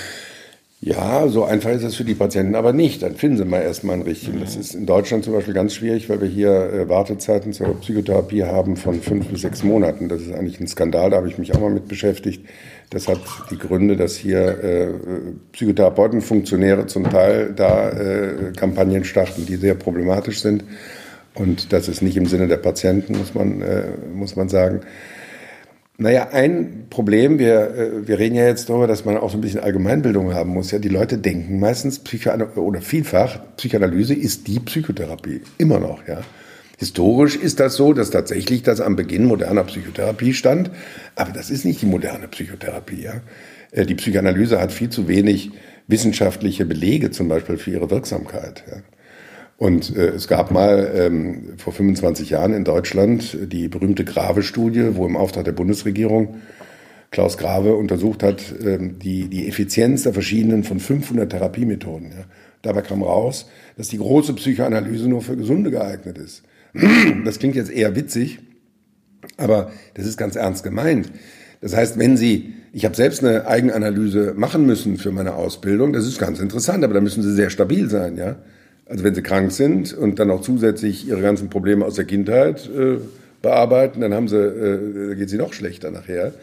Ja, so einfach ist es für die Patienten aber nicht. Dann finden sie mal erstmal einen richtigen. Das ist in Deutschland zum Beispiel ganz schwierig, weil wir hier Wartezeiten zur Psychotherapie haben von 5 bis 6 Monaten. Das ist eigentlich ein Skandal, da habe ich mich auch mal mit beschäftigt. Das hat die Gründe, dass hier Psychotherapeutenfunktionäre zum Teil da Kampagnen starten, die sehr problematisch sind. Und das ist nicht im Sinne der Patienten, muss man sagen. Naja, ein Problem, wir reden ja jetzt darüber, dass man auch so ein bisschen Allgemeinbildung haben muss. Ja, die Leute denken meistens, vielfach, Psychoanalyse ist die Psychotherapie. Immer noch, ja. Historisch ist das so, dass tatsächlich das am Beginn moderner Psychotherapie stand. Aber das ist nicht die moderne Psychotherapie, ja. Die Psychoanalyse hat viel zu wenig wissenschaftliche Belege, zum Beispiel für ihre Wirksamkeit, ja. Und es gab mal vor 25 Jahren in Deutschland die berühmte Grave-Studie, wo im Auftrag der Bundesregierung Klaus Grave untersucht hat, die Effizienz der verschiedenen von 500 Therapiemethoden. Ja. Dabei kam raus, dass die große Psychoanalyse nur für Gesunde geeignet ist. Das klingt jetzt eher witzig, aber das ist ganz ernst gemeint. Das heißt, ich habe selbst eine Eigenanalyse machen müssen für meine Ausbildung, das ist ganz interessant, aber da müssen Sie sehr stabil sein, ja. Also wenn Sie krank sind und dann auch zusätzlich Ihre ganzen Probleme aus der Kindheit bearbeiten, dann geht es Ihnen noch schlechter nachher.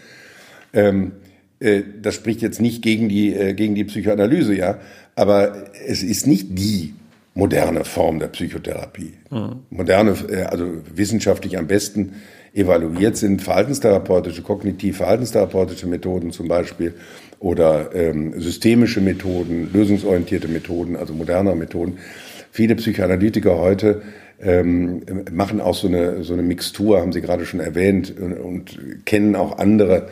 Das spricht jetzt nicht gegen die Psychoanalyse, ja, aber es ist nicht die moderne Form der Psychotherapie. Moderne, also wissenschaftlich am besten evaluiert sind kognitiv-verhaltenstherapeutische Methoden zum Beispiel oder systemische Methoden, lösungsorientierte Methoden, also moderne Methoden. Viele Psychoanalytiker heute machen auch so eine Mixtur, haben Sie gerade schon erwähnt, und kennen auch andere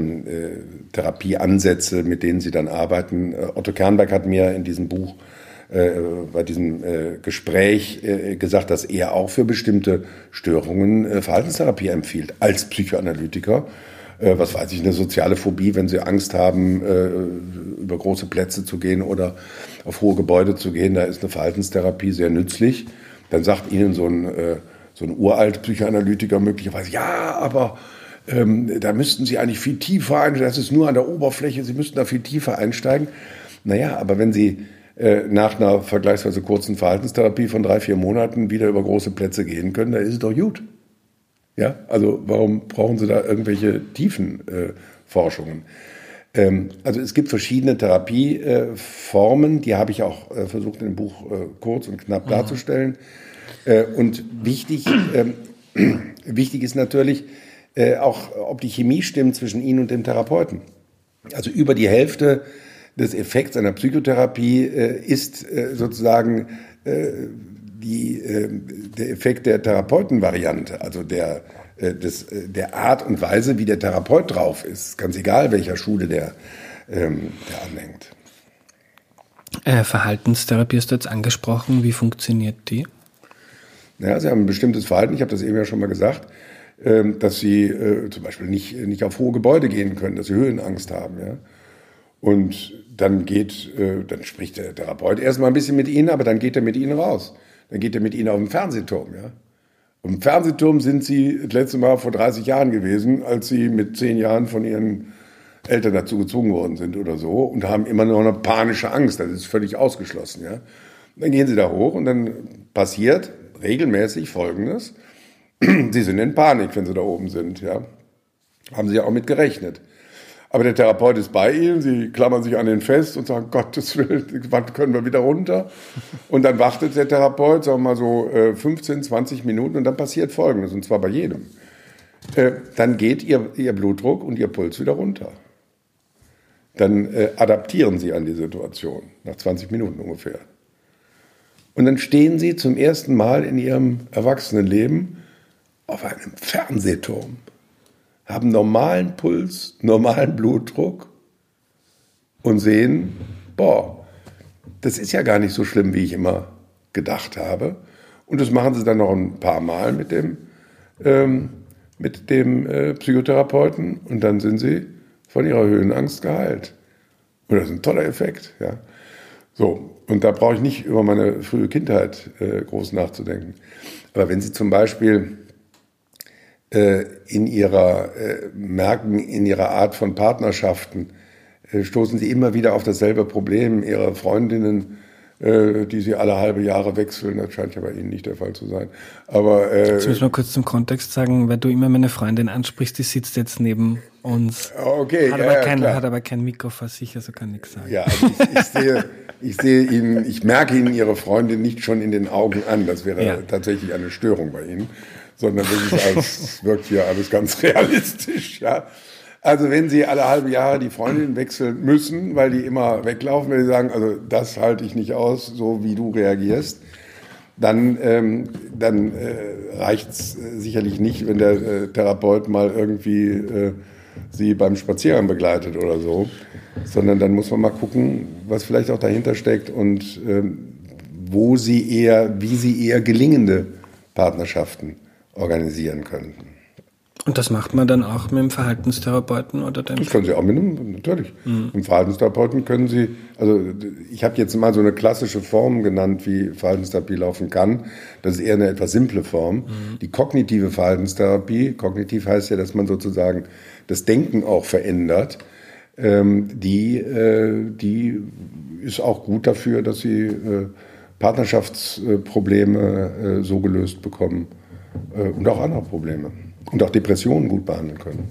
Therapieansätze, mit denen sie dann arbeiten. Otto Kernberg hat mir in diesem Buch bei diesem Gespräch gesagt, dass er auch für bestimmte Störungen Verhaltenstherapie empfiehlt, als Psychoanalytiker. Was weiß ich, eine soziale Phobie, wenn sie Angst haben, über große Plätze zu gehen oder auf hohe Gebäude zu gehen, da ist eine Verhaltenstherapie sehr nützlich. Dann sagt ihnen so ein uralt Psychoanalytiker möglicherweise, ja, aber da müssten Sie eigentlich viel tiefer einsteigen, das ist nur an der Oberfläche, Sie müssten da viel tiefer einsteigen. Naja, aber wenn Sie nach einer vergleichsweise kurzen Verhaltenstherapie von 3-4 Monaten wieder über große Plätze gehen können, dann ist es doch gut. Ja, also warum brauchen Sie da irgendwelche tiefen Forschungen? Also es gibt verschiedene Therapieformen, die habe ich auch versucht in dem Buch kurz und knapp darzustellen. Und wichtig ist natürlich auch, ob die Chemie stimmt zwischen Ihnen und dem Therapeuten. Also über die Hälfte des Effekts einer Psychotherapie ist sozusagen der Effekt der Therapeutenvariante, also der Art und Weise, wie der Therapeut drauf ist. Ganz egal, welcher Schule der anhängt. Verhaltenstherapie hast du jetzt angesprochen. Wie funktioniert die? Ja, sie haben ein bestimmtes Verhalten. Ich habe das eben ja schon mal gesagt, dass sie zum Beispiel nicht auf hohe Gebäude gehen können, dass sie Höhenangst haben. Ja? Und dann spricht der Therapeut erstmal ein bisschen mit ihnen, aber dann geht er mit ihnen raus. Dann geht er mit ihnen auf den Fernsehturm. Ja? Auf dem Fernsehturm sind sie das letzte Mal vor 30 Jahren gewesen, als sie mit 10 Jahren von ihren Eltern dazu gezwungen worden sind oder so und haben immer noch eine panische Angst. Das ist völlig ausgeschlossen. Ja? Dann gehen sie da hoch und dann passiert regelmäßig Folgendes. Sie sind in Panik, wenn sie da oben sind. Ja? Haben sie ja auch mit gerechnet. Aber der Therapeut ist bei ihnen, sie klammern sich an ihn fest und sagen, Gottes Willen, wann können wir wieder runter? Und dann wartet der Therapeut, sagen wir mal so 15, 20 Minuten und dann passiert Folgendes, und zwar bei jedem. Dann geht ihr Blutdruck und ihr Puls wieder runter. Dann adaptieren sie an die Situation, nach 20 Minuten ungefähr. Und dann stehen sie zum ersten Mal in ihrem Erwachsenenleben auf einem Fernsehturm, haben normalen Puls, normalen Blutdruck und sehen, das ist ja gar nicht so schlimm, wie ich immer gedacht habe. Und das machen sie dann noch ein paar Mal mit dem Psychotherapeuten und dann sind sie von ihrer Höhenangst geheilt. Und das ist ein toller Effekt. Ja. So, und da brauche ich nicht über meine frühe Kindheit groß nachzudenken. Aber wenn Sie zum Beispiel merken, in ihrer Art von Partnerschaften, stoßen sie immer wieder auf dasselbe Problem. Ihre Freundinnen, die sie alle halbe Jahre wechseln, das scheint ja bei Ihnen nicht der Fall zu sein. Aber jetzt müssen wir kurz zum Kontext sagen, weil du immer meine Freundin ansprichst, die sitzt jetzt neben uns. Okay, hat aber kein Mikro vor sich, also kann nichts sagen. Ja, also ich merke Ihnen Ihre Freundin nicht schon in den Augen an. Das wäre tatsächlich eine Störung bei Ihnen. Sondern es wirkt hier alles ganz realistisch. Ja. Also wenn Sie alle halbe Jahre die Freundin wechseln müssen, weil die immer weglaufen, wenn Sie sagen, also das halte ich nicht aus, so wie du reagierst, dann reicht es sicherlich nicht, wenn der Therapeut mal irgendwie Sie beim Spaziergang begleitet oder so, sondern dann muss man mal gucken, was vielleicht auch dahinter steckt und wie Sie eher gelingende Partnerschaften organisieren könnten. Und das macht man dann auch mit dem Verhaltenstherapeuten oder dem? Das können Sie auch mit einem, natürlich. Mit dem Verhaltenstherapeuten können Sie, also ich habe jetzt mal so eine klassische Form genannt, wie Verhaltenstherapie laufen kann. Das ist eher eine etwas simple Form. Die kognitive Verhaltenstherapie, kognitiv heißt ja, dass man sozusagen das Denken auch verändert, die ist auch gut dafür, dass Sie Partnerschaftsprobleme so gelöst bekommen, und auch andere Probleme. Und auch Depressionen gut behandeln können.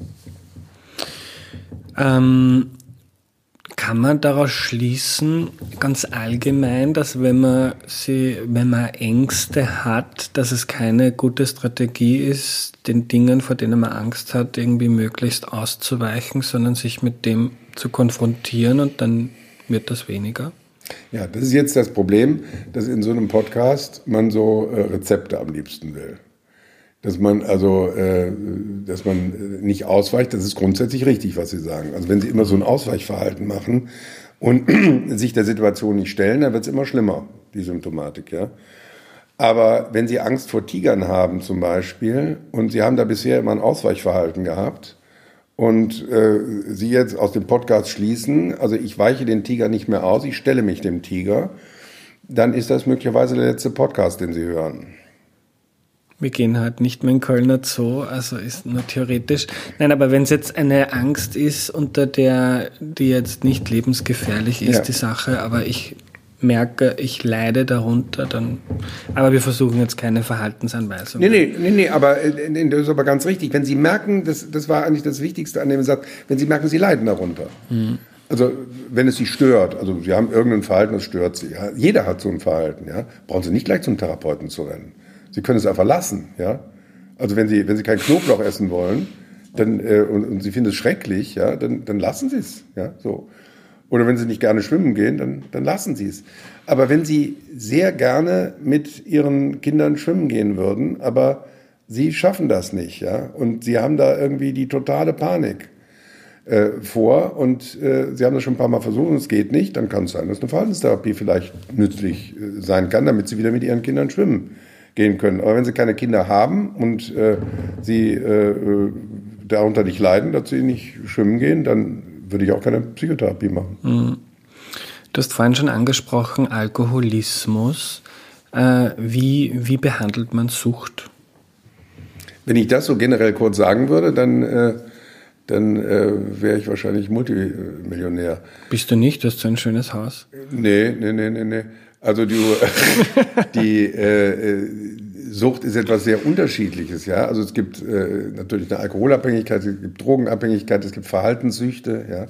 Kann man daraus schließen, ganz allgemein, dass wenn man Ängste hat, dass es keine gute Strategie ist, den Dingen, vor denen man Angst hat, irgendwie möglichst auszuweichen, sondern sich mit dem zu konfrontieren und dann wird das weniger? Ja, das ist jetzt das Problem, dass in so einem Podcast man so Rezepte am liebsten will. dass man nicht ausweicht, das ist grundsätzlich richtig, was Sie sagen. Also wenn Sie immer so ein Ausweichverhalten machen und sich der Situation nicht stellen, dann wird es immer schlimmer, die Symptomatik, ja. Aber wenn Sie Angst vor Tigern haben zum Beispiel und Sie haben da bisher immer ein Ausweichverhalten gehabt und Sie jetzt aus dem Podcast schließen, also ich weiche den Tiger nicht mehr aus, ich stelle mich dem Tiger, dann ist das möglicherweise der letzte Podcast, den Sie hören. Wir gehen halt nicht mehr in Kölner Zoo, also ist nur theoretisch. Nein, aber wenn es jetzt eine Angst ist, unter der, die jetzt nicht lebensgefährlich ist, die Sache, aber ich merke, ich leide darunter, dann, aber wir versuchen jetzt keine Verhaltensanweisungen. Nee, aber das ist aber ganz richtig. Wenn Sie merken, das war eigentlich das Wichtigste an dem Satz, wenn Sie merken, Sie leiden darunter. Mhm. Also wenn es Sie stört, also Sie haben irgendein Verhalten, das stört Sie. Ja? Jeder hat so ein Verhalten, ja. Brauchen Sie nicht gleich zum Therapeuten zu rennen. Sie können es einfach lassen, ja. Also wenn Sie kein Knoblauch essen wollen, dann und Sie finden es schrecklich, ja, dann lassen Sie es, ja, so. Oder wenn Sie nicht gerne schwimmen gehen, dann lassen Sie es. Aber wenn Sie sehr gerne mit Ihren Kindern schwimmen gehen würden, aber Sie schaffen das nicht, ja, und Sie haben da irgendwie die totale Panik vor und Sie haben das schon ein paar Mal versucht und es geht nicht, dann kann es sein, dass eine Verhaltenstherapie vielleicht nützlich sein kann, damit Sie wieder mit Ihren Kindern schwimmen gehen können. Aber wenn Sie keine Kinder haben und Sie darunter nicht leiden, dass Sie nicht schwimmen gehen, dann würde ich auch keine Psychotherapie machen. Mhm. Du hast vorhin schon angesprochen, Alkoholismus. Wie behandelt man Sucht? Wenn ich das so generell kurz sagen würde, dann wäre ich wahrscheinlich Multimillionär. Bist du nicht? Du hast so ein schönes Haus. Nee. Also die Sucht ist etwas sehr Unterschiedliches, ja. Also es gibt natürlich eine Alkoholabhängigkeit, es gibt Drogenabhängigkeit, es gibt Verhaltenssüchte, ja.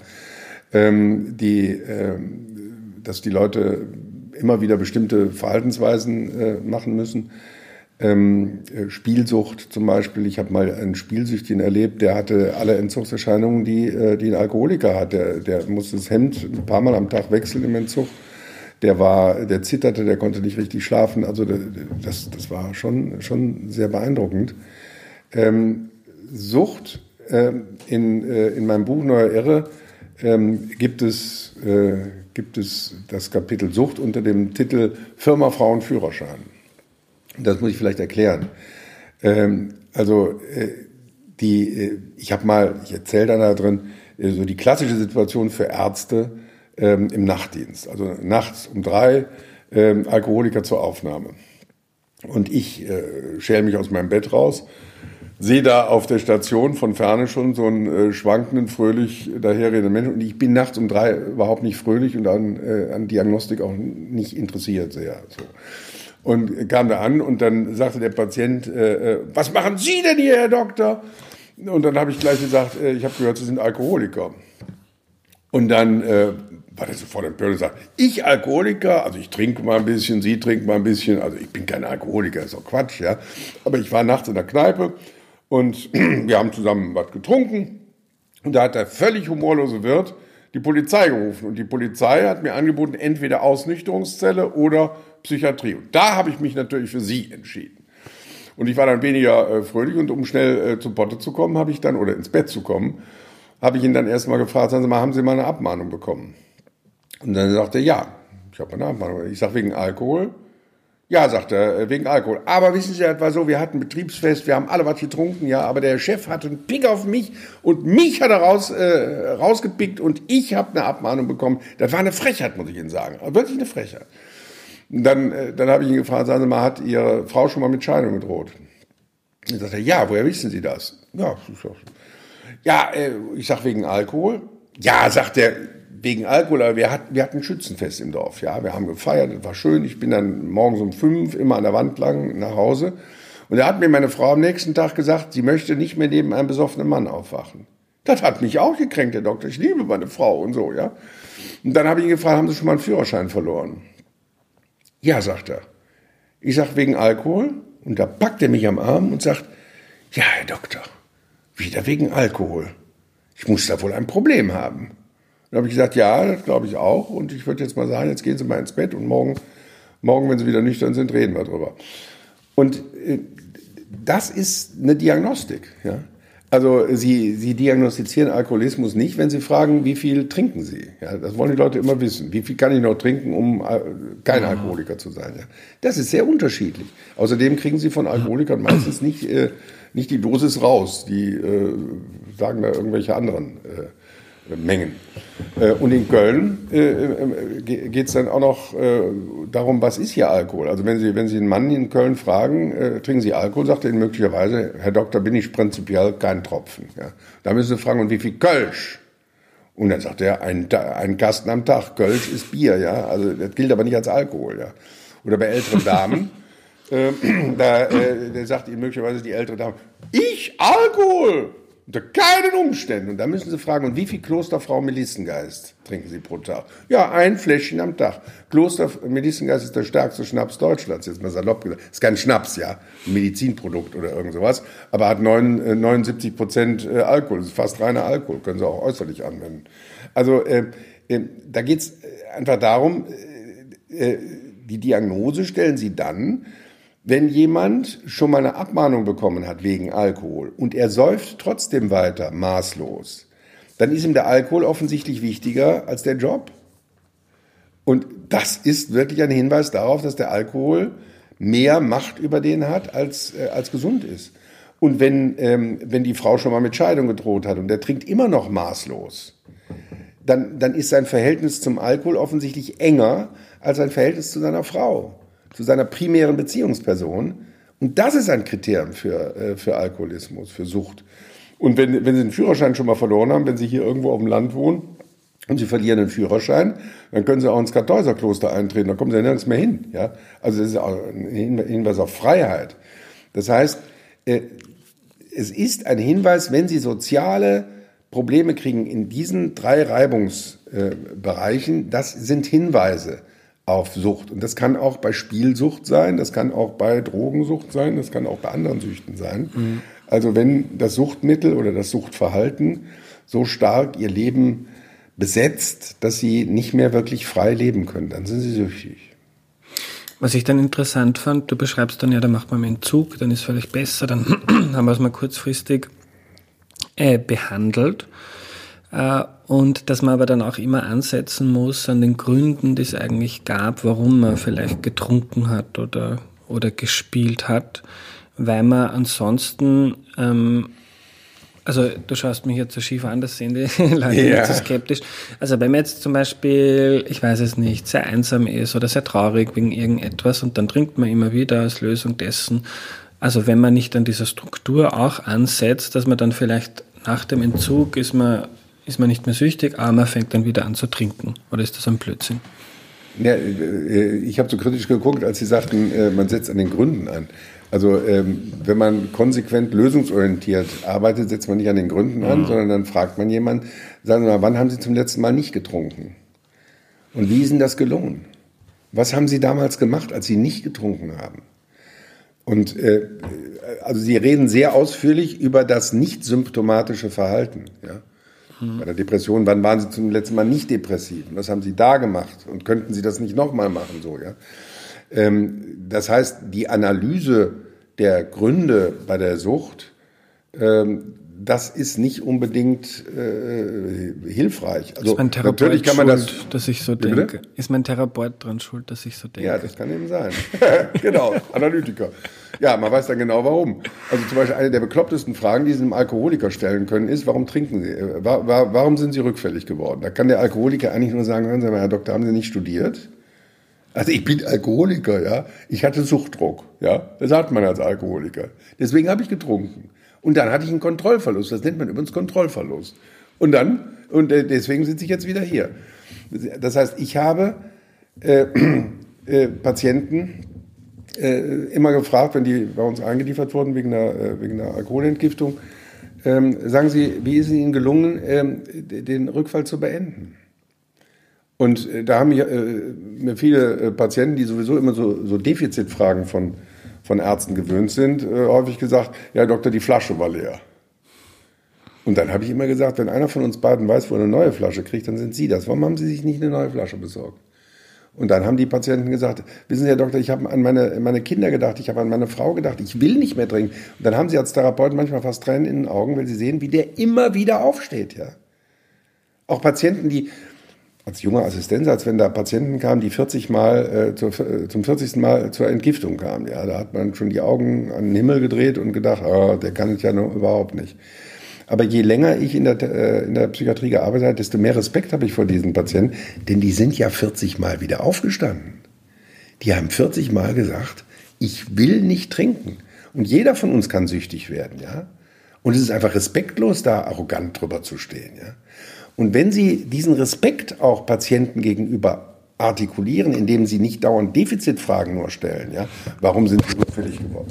Dass die Leute immer wieder bestimmte Verhaltensweisen machen müssen. Spielsucht zum Beispiel. Ich habe mal einen Spielsüchtigen erlebt, der hatte alle Entzugserscheinungen, die ein Alkoholiker hat. Der musste das Hemd ein paar Mal am Tag wechseln im Entzug. Der zitterte, der konnte nicht richtig schlafen. Also das war schon sehr beeindruckend. Sucht, in meinem Buch Neuer Irre gibt es das Kapitel Sucht unter dem Titel Firma, Frau und Führerschein. Das muss ich vielleicht erklären. Ich erzähle da drin, so die klassische Situation für Ärzte im Nachtdienst. Also nachts um 3 Alkoholiker zur Aufnahme. Und ich schäle mich aus meinem Bett raus, sehe da auf der Station von Ferne schon so einen schwankenden, fröhlich daherredenden Menschen. Und ich bin nachts um 3 überhaupt nicht fröhlich und an Diagnostik auch nicht interessiert sehr. So. Und kam da an und dann sagte der Patient, was machen Sie denn hier, Herr Doktor? Und dann habe ich gleich gesagt, ich habe gehört, Sie sind Alkoholiker. Und dann war der sofort empört und sagt, ich Alkoholiker, also ich trinke mal ein bisschen, Sie trinken mal ein bisschen, also ich bin kein Alkoholiker, ist doch Quatsch, ja. Aber ich war nachts in der Kneipe und wir haben zusammen was getrunken und da hat der völlig humorlose Wirt die Polizei gerufen und die Polizei hat mir angeboten, entweder Ausnüchterungszelle oder Psychiatrie. Und da habe ich mich natürlich für Sie entschieden. Und ich war dann weniger fröhlich und um schnell zu Potte zu kommen, oder ins Bett zu kommen, habe ich ihn dann erstmal gefragt, sagen Sie mal, haben Sie mal eine Abmahnung bekommen? Und dann sagte er, ja, ich habe eine Abmahnung. Ich sage, wegen Alkohol? Ja, sagt er, wegen Alkohol. Aber wissen Sie, das war so, wir hatten Betriebsfest, wir haben alle was getrunken, ja, aber der Chef hatte einen Pick auf mich und mich hat er rausgepickt und ich habe eine Abmahnung bekommen. Das war eine Frechheit, muss ich Ihnen sagen. Wirklich eine Frechheit. Dann habe ich ihn gefragt, sagen Sie mal, hat Ihre Frau schon mal mit Scheidung gedroht? Dann sagt er, ja, woher wissen Sie das? Ja, ich sag wegen Alkohol. Ja, sagt er, wegen Alkohol, aber wir hatten ein Schützenfest im Dorf, ja, wir haben gefeiert, das war schön, ich bin dann morgens um 5 immer an der Wand lang nach Hause und da hat mir meine Frau am nächsten Tag gesagt, sie möchte nicht mehr neben einem besoffenen Mann aufwachen. Das hat mich auch gekränkt, Herr Doktor, ich liebe meine Frau und so, ja. Und dann habe ich ihn gefragt, haben Sie schon mal einen Führerschein verloren? Ja, sagt er. Ich sag, wegen Alkohol? Und da packt er mich am Arm und sagt, ja, Herr Doktor, wieder wegen Alkohol. Ich muss da wohl ein Problem haben. Dann habe ich gesagt, ja, das glaube ich auch. Und ich würde jetzt mal sagen, jetzt gehen Sie mal ins Bett und morgen, wenn Sie wieder nüchtern sind, reden wir drüber. Und das ist eine Diagnostik. Ja? Also Sie diagnostizieren Alkoholismus nicht, wenn Sie fragen, wie viel trinken Sie. Ja? Das wollen die Leute immer wissen. Wie viel kann ich noch trinken, um kein Alkoholiker zu sein? Ja? Das ist sehr unterschiedlich. Außerdem kriegen Sie von Alkoholikern meistens nicht die Dosis raus. Die sagen da irgendwelche anderen Mengen. Und in Köln geht es dann auch noch darum, was ist hier Alkohol? Also wenn Sie einen Mann in Köln fragen, trinken Sie Alkohol, sagt er Ihnen möglicherweise, Herr Doktor, bin ich prinzipiell kein Tropfen. Ja. Da müssen Sie fragen, und wie viel Kölsch? Und dann sagt er, ein Kasten am Tag, Kölsch ist Bier. Ja. Also das gilt aber nicht als Alkohol. Ja. Oder bei älteren Damen, da sagt Ihnen möglicherweise die ältere Dame, ich Alkohol! Unter keinen Umständen. Und da müssen Sie fragen, und wie viel Klosterfrau Melissengeist trinken Sie pro Tag? Ja, ein Fläschchen am Tag. Kloster Melissengeist ist der stärkste Schnaps Deutschlands, jetzt mal salopp gesagt. Ist kein Schnaps, ja, ein Medizinprodukt oder irgend sowas, aber hat 79% Alkohol. Das ist fast reiner Alkohol, können Sie auch äußerlich anwenden. Also da geht es einfach darum, die Diagnose stellen Sie dann, wenn jemand schon mal eine Abmahnung bekommen hat wegen Alkohol und er säuft trotzdem weiter maßlos, dann ist ihm der Alkohol offensichtlich wichtiger als der Job. Und das ist wirklich ein Hinweis darauf, dass der Alkohol mehr Macht über den hat, als gesund ist. Und wenn die Frau schon mal mit Scheidung gedroht hat und der trinkt immer noch maßlos, dann ist sein Verhältnis zum Alkohol offensichtlich enger als sein Verhältnis zu seiner Frau, zu seiner primären Beziehungsperson. Und das ist ein Kriterium für Alkoholismus, für Sucht. Und wenn Sie den Führerschein schon mal verloren haben, wenn Sie hier irgendwo auf dem Land wohnen und Sie verlieren den Führerschein, dann können Sie auch ins Kartäuserkloster eintreten, da kommen Sie ja nirgends mehr hin. Ja? Also das ist auch ein Hinweis auf Freiheit. Das heißt, es ist ein Hinweis, wenn Sie soziale Probleme kriegen in diesen 3 Reibungsbereichen, das sind Hinweise auf Sucht. Und das kann auch bei Spielsucht sein, das kann auch bei Drogensucht sein, das kann auch bei anderen Süchten sein. Mhm. Also wenn das Suchtmittel oder das Suchtverhalten so stark ihr Leben besetzt, dass sie nicht mehr wirklich frei leben können, dann sind sie süchtig. Was ich dann interessant fand, du beschreibst dann ja, da macht man einen Entzug, dann ist es vielleicht besser, dann haben wir es mal kurzfristig behandelt. Und dass man aber dann auch immer ansetzen muss an den Gründen, die es eigentlich gab, warum man vielleicht getrunken hat oder gespielt hat, weil man ansonsten, also du schaust mich jetzt so schief an, das sehen die Leute nicht so skeptisch. Also wenn man jetzt zum Beispiel, ich weiß es nicht, sehr einsam ist oder sehr traurig wegen irgendetwas und dann trinkt man immer wieder als Lösung dessen, also wenn man nicht an dieser Struktur auch ansetzt, dass man dann vielleicht nach dem Entzug ist man nicht mehr süchtig, aber man fängt dann wieder an zu trinken. Oder ist das ein Blödsinn? Ja, ich habe so kritisch geguckt, als Sie sagten, man setzt an den Gründen an. Also wenn man konsequent lösungsorientiert arbeitet, setzt man nicht an den Gründen an, sondern dann fragt man jemanden, sagen Sie mal, wann haben Sie zum letzten Mal nicht getrunken? Und wie ist Ihnen das gelungen? Was haben Sie damals gemacht, als Sie nicht getrunken haben? Und also Sie reden sehr ausführlich über das nicht symptomatische Verhalten, ja. Bei der Depression, wann waren Sie zum letzten Mal nicht depressiv? Was haben Sie da gemacht? Und könnten Sie das nicht nochmal machen? So, ja? Das heißt, die Analyse der Gründe bei der Sucht, das ist nicht unbedingt hilfreich. Also, ist mein Therapeut natürlich kann man schuld, dass ich so denke? Bitte? Ist mein Therapeut dran schuld, dass ich so denke? Ja, das kann eben sein. Genau, Analytiker. Ja, man weiß dann genau warum. Also zum Beispiel eine der beklopptesten Fragen, die Sie einem Alkoholiker stellen können, ist, warum trinken Sie? Warum sind Sie rückfällig geworden? Da kann der Alkoholiker eigentlich nur sagen, hören Sie mal, Herr Doktor, haben Sie nicht studiert? Also ich bin Alkoholiker, ja. Ich hatte Suchtdruck, ja. Das hat man als Alkoholiker. Deswegen habe ich getrunken. Und dann hatte ich einen Kontrollverlust. Das nennt man übrigens Kontrollverlust. Und deswegen sitze ich jetzt wieder hier. Das heißt, ich habe Patienten immer gefragt, wenn die bei uns eingeliefert wurden wegen einer Alkoholentgiftung, sagen Sie, wie ist es Ihnen gelungen, den Rückfall zu beenden? Und da haben mir viele Patienten, die sowieso immer so Defizitfragen von Ärzten gewöhnt sind, häufig gesagt, ja Herr Doktor, die Flasche war leer. Und dann habe ich immer gesagt, wenn einer von uns beiden weiß, wo er eine neue Flasche kriegt, dann sind Sie das. Warum haben Sie sich nicht eine neue Flasche besorgt? Und dann haben die Patienten gesagt, wissen Sie, Herr Doktor, ich habe an meine Kinder gedacht, ich habe an meine Frau gedacht, ich will nicht mehr trinken. Und dann haben sie als Therapeut manchmal fast Tränen in den Augen, weil sie sehen, wie der immer wieder aufsteht. Ja. Auch Patienten, die als junger Assistenz, als wenn da Patienten kamen, die 40 Mal zum 40. Mal zur Entgiftung kamen. Ja, da hat man schon die Augen an den Himmel gedreht und gedacht, der kann es ja noch überhaupt nicht. Aber je länger ich in der Psychiatrie gearbeitet habe, desto mehr Respekt habe ich vor diesen Patienten, denn die sind ja 40 Mal wieder aufgestanden. Die haben 40 Mal gesagt, ich will nicht trinken. Und jeder von uns kann süchtig werden, ja. Und es ist einfach respektlos, da arrogant drüber zu stehen, ja. Und wenn Sie diesen Respekt auch Patienten gegenüber artikulieren, indem Sie nicht dauernd Defizitfragen nur stellen, ja, warum sind Sie rückfällig geworden?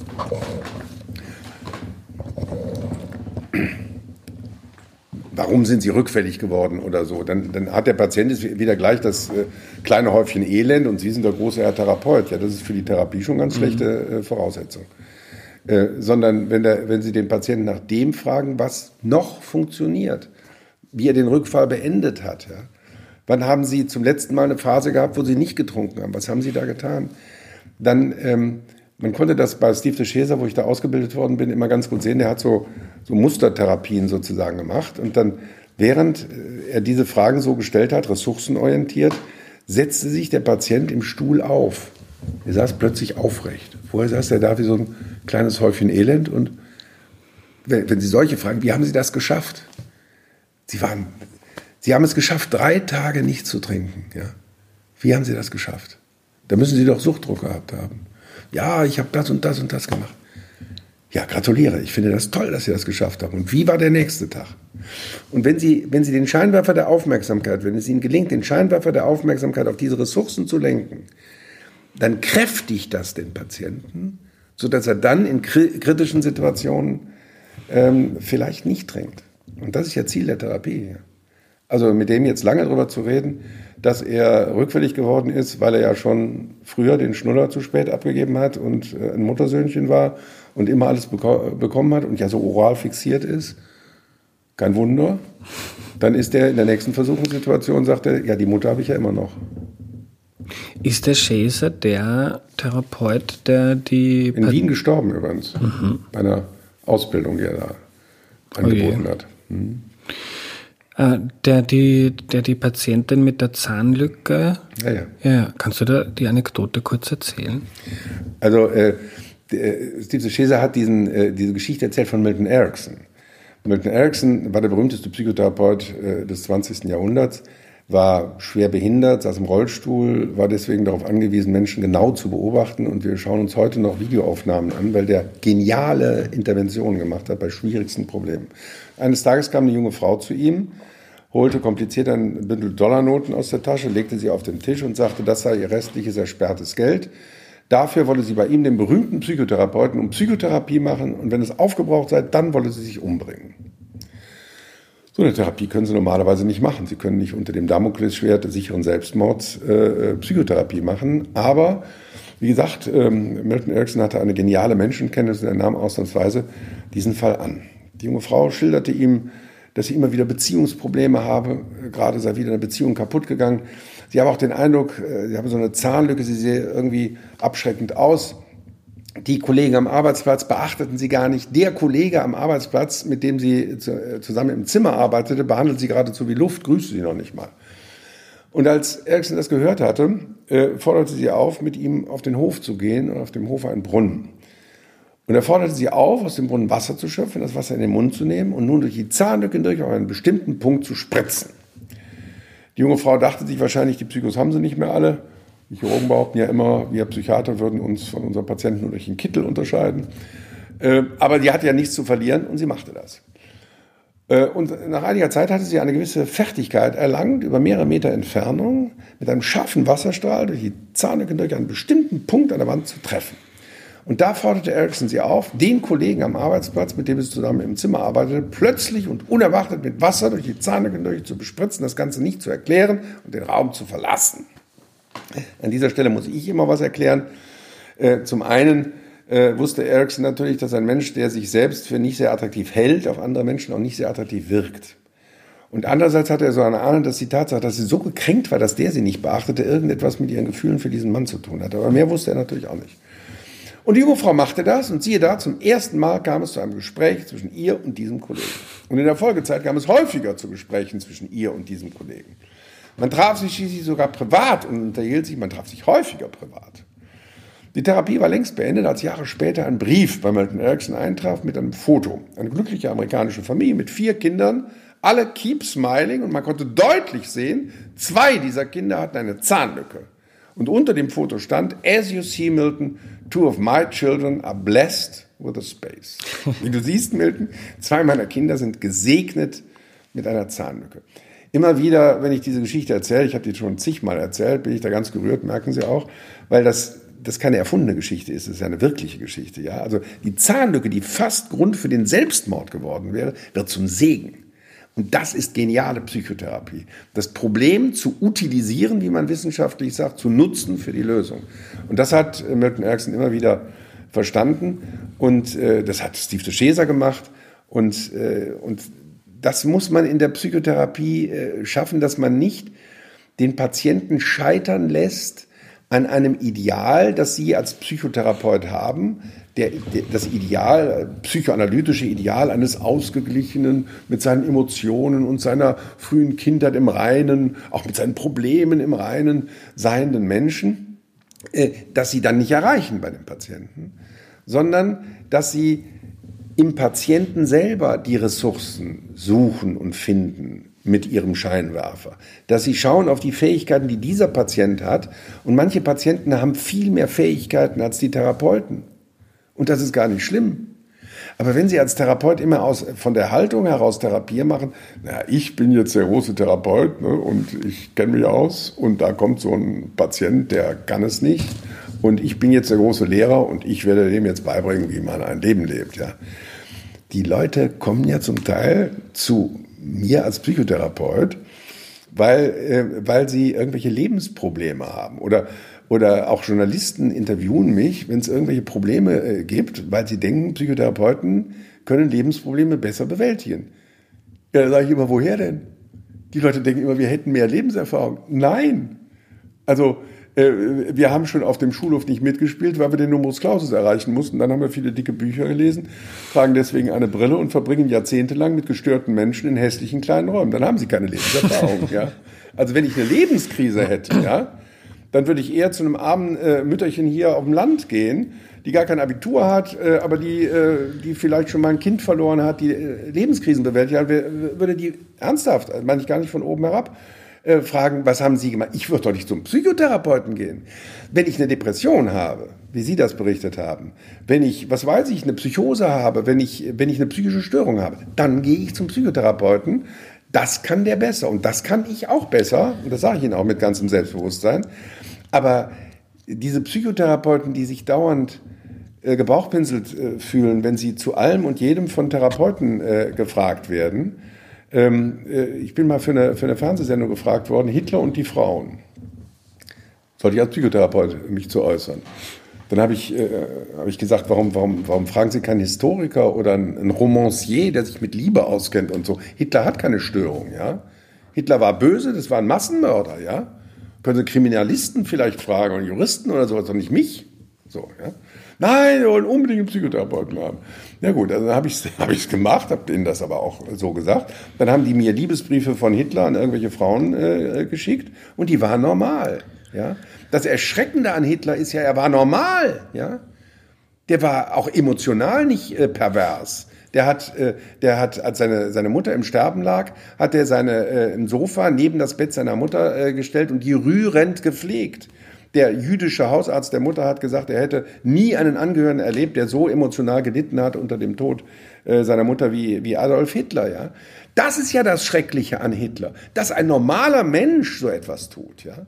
Warum sind Sie rückfällig geworden oder so? Dann hat der Patient wieder gleich das kleine Häufchen Elend und Sie sind der große Herr Therapeut. Ja, das ist für die Therapie schon ganz schlechte Voraussetzung. Sondern wenn Sie den Patienten nach dem fragen, was noch funktioniert, wie er den Rückfall beendet hat. Ja? Wann haben Sie zum letzten Mal eine Phase gehabt, wo Sie nicht getrunken haben? Was haben Sie da getan? Dann, man konnte das bei Steve de Chaser, wo ich da ausgebildet worden bin, immer ganz gut sehen. Der hat so Mustertherapien sozusagen gemacht. Und dann, während er diese Fragen so gestellt hat, ressourcenorientiert, setzte sich der Patient im Stuhl auf. Er saß plötzlich aufrecht. Vorher saß er da wie so ein kleines Häufchen Elend. Und wenn Sie solche fragen, wie haben Sie das geschafft? Sie haben es geschafft, 3 Tage nicht zu trinken. Ja? Wie haben Sie das geschafft? Da müssen Sie doch Suchtdruck gehabt haben. Ja, ich habe das und das und das gemacht. Ja, gratuliere. Ich finde das toll, dass Sie das geschafft haben. Und wie war der nächste Tag? Und wenn Sie den Scheinwerfer der Aufmerksamkeit, wenn es Ihnen gelingt, den Scheinwerfer der Aufmerksamkeit auf diese Ressourcen zu lenken, dann kräftigt das den Patienten, sodass er dann in kritischen Situationen vielleicht nicht trinkt. Und das ist ja Ziel der Therapie. Also mit dem jetzt lange drüber zu reden, dass er rückfällig geworden ist, weil er ja schon früher den Schnuller zu spät abgegeben hat und ein Muttersöhnchen war und immer alles bekommen hat und ja so oral fixiert ist, kein Wunder. Dann ist er in der nächsten Versuchungssituation, sagt er, ja, die Mutter habe ich ja immer noch. Ist der Chaser der Therapeut, der die... In Wien gestorben übrigens, bei einer Ausbildung, die er da angeboten hat. Der die Patientin mit der Zahnlücke... Ja. Kannst du da die Anekdote kurz erzählen? Also Steve de Chaser hat diese Geschichte erzählt von Milton Erickson. Milton Erickson war der berühmteste Psychotherapeut des 20. Jahrhunderts, war schwer behindert, saß im Rollstuhl, war deswegen darauf angewiesen, Menschen genau zu beobachten. Und wir schauen uns heute noch Videoaufnahmen an, weil der geniale Interventionen gemacht hat bei schwierigsten Problemen. Eines Tages kam eine junge Frau zu ihm, holte kompliziert ein Bündel Dollarnoten aus der Tasche, legte sie auf den Tisch und sagte, das sei ihr restliches ersperrtes Geld. Dafür wolle sie bei ihm, dem berühmten Psychotherapeuten, um Psychotherapie machen. Und wenn es aufgebraucht sei, dann wolle sie sich umbringen. So eine Therapie können Sie normalerweise nicht machen. Sie können nicht unter dem Damoklesschwert des sicheren Selbstmords Psychotherapie machen. Aber, wie gesagt, Milton Erickson hatte eine geniale Menschenkenntnis und er nahm ausnahmsweise diesen Fall an. Die junge Frau schilderte ihm, dass sie immer wieder Beziehungsprobleme habe. Gerade sei wieder eine Beziehung kaputt gegangen. Sie habe auch den Eindruck, sie habe so eine Zahnlücke, sie sehe irgendwie abschreckend aus. Die Kollegen am Arbeitsplatz beachteten sie gar nicht. Der Kollege am Arbeitsplatz, mit dem sie zusammen im Zimmer arbeitete, behandelt sie geradezu wie Luft, grüßte sie noch nicht mal. Und als Erickson das gehört hatte, forderte sie auf, mit ihm auf den Hof zu gehen und auf dem Hof einen Brunnen. Und er forderte sie auf, aus dem Brunnen Wasser zu schöpfen, das Wasser in den Mund zu nehmen und nun durch die Zahnlücke hindurch auf einen bestimmten Punkt zu spritzen. Die junge Frau dachte sich wahrscheinlich, die Psychos haben sie nicht mehr alle. Die Chirurgen behaupten ja immer, wir Psychiater würden uns von unseren Patienten nur durch den Kittel unterscheiden. Aber die hatte ja nichts zu verlieren und sie machte das. Und nach einiger Zeit hatte sie eine gewisse Fertigkeit erlangt, über mehrere Meter Entfernung mit einem scharfen Wasserstrahl durch die Zahnlücke durch einen bestimmten Punkt an der Wand zu treffen. Und da forderte Erickson sie auf, den Kollegen am Arbeitsplatz, mit dem sie zusammen im Zimmer arbeitete, plötzlich und unerwartet mit Wasser durch die Zahnlücke durch zu bespritzen, das Ganze nicht zu erklären und den Raum zu verlassen. An dieser Stelle muss ich immer was erklären. Zum einen wusste Erickson natürlich, dass ein Mensch, der sich selbst für nicht sehr attraktiv hält, auf andere Menschen auch nicht sehr attraktiv wirkt. Und andererseits hatte er so eine Ahnung, dass die Tatsache, dass sie so gekränkt war, dass der sie nicht beachtete, irgendetwas mit ihren Gefühlen für diesen Mann zu tun hatte. Aber mehr wusste er natürlich auch nicht. Und die junge Frau machte das und siehe da, zum ersten Mal kam es zu einem Gespräch zwischen ihr und diesem Kollegen. Und in der Folgezeit kam es häufiger zu Gesprächen zwischen ihr und diesem Kollegen. Man traf sich schließlich sogar privat und unterhielt sich, man traf sich häufiger privat. Die Therapie war längst beendet, als Jahre später ein Brief bei Milton Erickson eintraf mit einem Foto. Eine glückliche amerikanische Familie mit 4 Kindern, alle keep smiling, und man konnte deutlich sehen, 2 dieser Kinder hatten eine Zahnlücke. Und unter dem Foto stand, as you see, Milton, 2 of my children are blessed with a space. Wie du siehst, Milton, 2 meiner Kinder sind gesegnet mit einer Zahnlücke. Immer wieder, wenn ich diese Geschichte erzähle, ich habe die schon zigmal erzählt, bin ich da ganz gerührt, merken Sie auch, weil das keine erfundene Geschichte ist, das ist ja eine wirkliche Geschichte. Ja? Also die Zahnlücke, die fast Grund für den Selbstmord geworden wäre, wird zum Segen. Und das ist geniale Psychotherapie. Das Problem zu utilisieren, wie man wissenschaftlich sagt, zu nutzen für die Lösung. Und das hat Milton Erickson immer wieder verstanden. Und das hat Steve de Chaser gemacht. Und das muss man in der Psychotherapie schaffen, dass man nicht den Patienten scheitern lässt an einem Ideal, das Sie als Psychotherapeut haben, das Ideal, psychoanalytische Ideal eines ausgeglichenen, mit seinen Emotionen und seiner frühen Kindheit im Reinen, auch mit seinen Problemen im Reinen seienden Menschen, dass Sie dann nicht erreichen bei den Patienten, sondern dass Sie im Patienten selber die Ressourcen suchen und finden mit ihrem Scheinwerfer. Dass sie schauen auf die Fähigkeiten, die dieser Patient hat. Und manche Patienten haben viel mehr Fähigkeiten als die Therapeuten. Und das ist gar nicht schlimm. Aber wenn Sie als Therapeut immer von der Haltung heraus Therapie machen, ich bin jetzt der große Therapeut, ne, und ich kenne mich aus und da kommt so ein Patient, der kann es nicht und ich bin jetzt der große Lehrer und ich werde dem jetzt beibringen, wie man ein Leben lebt. Ja. Die Leute kommen ja zum Teil zu mir als Psychotherapeut, weil sie irgendwelche Lebensprobleme haben. Oder auch Journalisten interviewen mich, wenn es irgendwelche Probleme gibt, weil sie denken, Psychotherapeuten können Lebensprobleme besser bewältigen. Ja, da sage ich immer, woher denn? Die Leute denken immer, wir hätten mehr Lebenserfahrung. Nein! Also, wir haben schon auf dem Schulhof nicht mitgespielt, weil wir den Numerus Clausus erreichen mussten. Dann haben wir viele dicke Bücher gelesen, tragen deswegen eine Brille und verbringen jahrzehntelang mit gestörten Menschen in hässlichen kleinen Räumen. Dann haben sie keine Lebenserfahrung. Ja? Also wenn ich eine Lebenskrise hätte, ja, dann würde ich eher zu einem armen Mütterchen hier auf dem Land gehen, die gar kein Abitur hat, aber die vielleicht schon mal ein Kind verloren hat, die Lebenskrisen bewältigt hat, würde die ernsthaft, meine ich gar nicht von oben herab, fragen, was haben Sie gemacht? Ich würde doch nicht zum Psychotherapeuten gehen. Wenn ich eine Depression habe, wie Sie das berichtet haben, wenn ich, eine Psychose habe, wenn ich eine psychische Störung habe, dann gehe ich zum Psychotherapeuten. Das kann der besser und das kann ich auch besser. Und das sage ich Ihnen auch mit ganzem Selbstbewusstsein. Aber diese Psychotherapeuten, die sich dauernd gebauchpinselt fühlen, wenn sie zu allem und jedem von Therapeuten gefragt werden. Ich bin mal für eine Fernsehsendung gefragt worden, Hitler und die Frauen. Sollte ich als Psychotherapeut mich zu äußern. Dann habe ich gesagt, warum fragen Sie keinen Historiker oder einen Romancier, der sich mit Liebe auskennt und so. Hitler hat keine Störung, ja. Hitler war böse, das war ein Massenmörder, ja. Können Sie Kriminalisten vielleicht fragen und Juristen oder sowas, doch nicht mich. So, ja. Nein, wir wollen unbedingt einen Psychotherapeuten haben. Ja gut, also dann habe ich es gemacht, habe denen das aber auch so gesagt. Dann haben die mir Liebesbriefe von Hitler an irgendwelche Frauen geschickt und die waren normal. Ja? Das Erschreckende an Hitler ist ja, er war normal. Ja? Der war auch emotional nicht pervers. Der hat, als seine Mutter im Sterben lag, hat er ein Sofa neben das Bett seiner Mutter gestellt und die rührend gepflegt. Der jüdische Hausarzt der Mutter hat gesagt, er hätte nie einen Angehörigen erlebt, der so emotional gelitten hat unter dem Tod seiner Mutter wie Adolf Hitler. Ja? Das ist ja das Schreckliche an Hitler, dass ein normaler Mensch so etwas tut. Ja?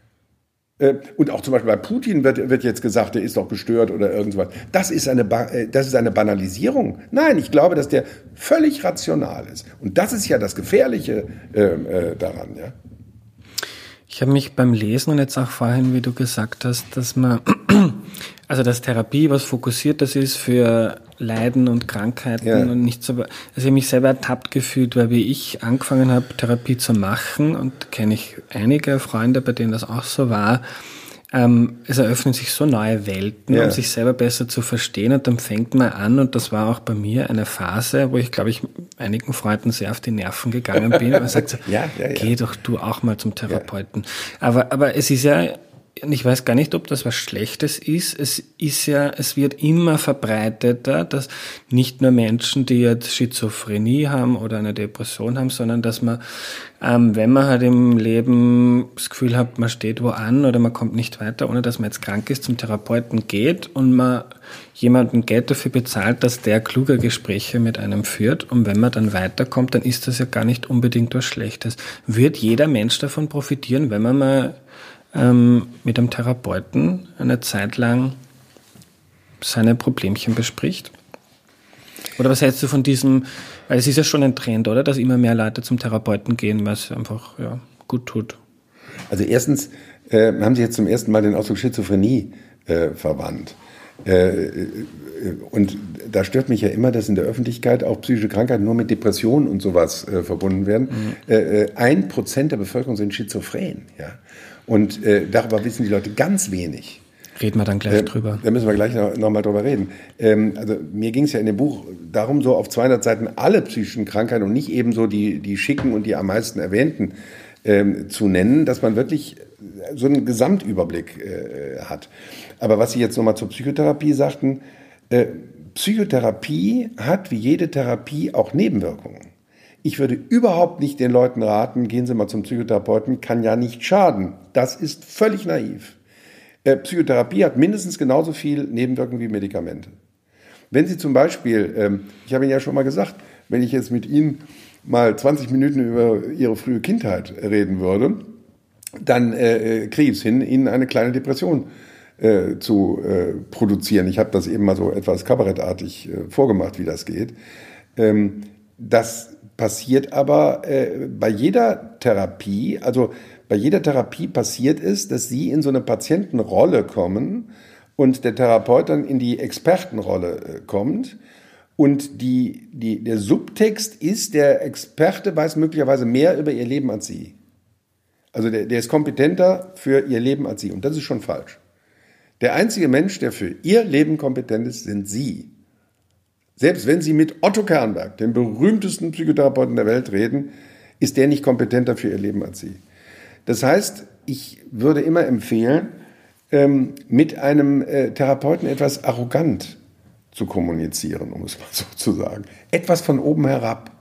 Und auch zum Beispiel bei Putin wird jetzt gesagt, der ist doch gestört oder irgendwas. Das ist eine Banalisierung. Nein, ich glaube, dass der völlig rational ist. Und das ist ja das Gefährliche daran. Ja? Ich habe mich beim Lesen und jetzt auch vorhin, wie du gesagt hast, dass Therapie was Fokussiertes ist für Leiden und Krankheiten und nicht so. Also ich habe mich selber ertappt gefühlt, weil wie ich angefangen habe, Therapie zu machen, und kenne ich einige Freunde, bei denen das auch so war, es eröffnen sich so neue Welten, um sich selber besser zu verstehen, und dann fängt man an, und das war auch bei mir eine Phase, wo ich, glaube ich, einigen Freunden sehr auf die Nerven gegangen bin, und man sagt so, geh doch du auch mal zum Therapeuten. Aber es ist ja, und ich weiß gar nicht, ob das was Schlechtes ist. Es wird immer verbreiteter, dass nicht nur Menschen, die jetzt Schizophrenie haben oder eine Depression haben, sondern dass man, wenn man halt im Leben das Gefühl hat, man steht wo an oder man kommt nicht weiter, ohne dass man jetzt krank ist, zum Therapeuten geht und man jemanden Geld dafür bezahlt, dass der kluge Gespräche mit einem führt. Und wenn man dann weiterkommt, dann ist das ja gar nicht unbedingt was Schlechtes. Wird jeder Mensch davon profitieren, wenn man mal mit einem Therapeuten eine Zeit lang seine Problemchen bespricht? Oder was hältst du von diesem, weil es ist ja schon ein Trend, oder, dass immer mehr Leute zum Therapeuten gehen, weil es einfach gut tut? Also erstens haben Sie jetzt zum ersten Mal den Ausdruck Schizophrenie verwandt. Und da stört mich ja immer, dass in der Öffentlichkeit auch psychische Krankheiten nur mit Depressionen und sowas verbunden werden. 1% der Bevölkerung sind schizophren, ja. Und darüber wissen die Leute ganz wenig. Reden wir dann gleich drüber. Da müssen wir gleich noch mal drüber reden. Also mir ging es ja in dem Buch darum, so auf 200 Seiten alle psychischen Krankheiten und nicht eben so die schicken und die am meisten erwähnten zu nennen, dass man wirklich so einen Gesamtüberblick hat. Aber was Sie jetzt nochmal zur Psychotherapie sagten, Psychotherapie hat wie jede Therapie auch Nebenwirkungen. Ich würde überhaupt nicht den Leuten raten, gehen Sie mal zum Psychotherapeuten, kann ja nicht schaden. Das ist völlig naiv. Psychotherapie hat mindestens genauso viel Nebenwirkungen wie Medikamente. Wenn Sie zum Beispiel, ich habe Ihnen ja schon mal gesagt, wenn ich jetzt mit Ihnen mal 20 Minuten über Ihre frühe Kindheit reden würde, dann kriege ich es hin, Ihnen eine kleine Depression zu produzieren. Ich habe das eben mal so etwas kabarettartig vorgemacht, wie das geht. Das passiert aber bei jeder Therapie, also bei jeder Therapie passiert es, dass Sie in so eine Patientenrolle kommen und der Therapeut dann in die Expertenrolle kommt. Und der Subtext ist, der Experte weiß möglicherweise mehr über Ihr Leben als Sie. Also der ist kompetenter für Ihr Leben als Sie. Und das ist schon falsch. Der einzige Mensch, der für Ihr Leben kompetent ist, sind Sie. Selbst wenn Sie mit Otto Kernberg, dem berühmtesten Psychotherapeuten der Welt, reden, ist der nicht kompetenter für Ihr Leben als Sie. Das heißt, ich würde immer empfehlen, mit einem Therapeuten etwas arrogant zu kommunizieren, um es mal so zu sagen. Etwas von oben herab.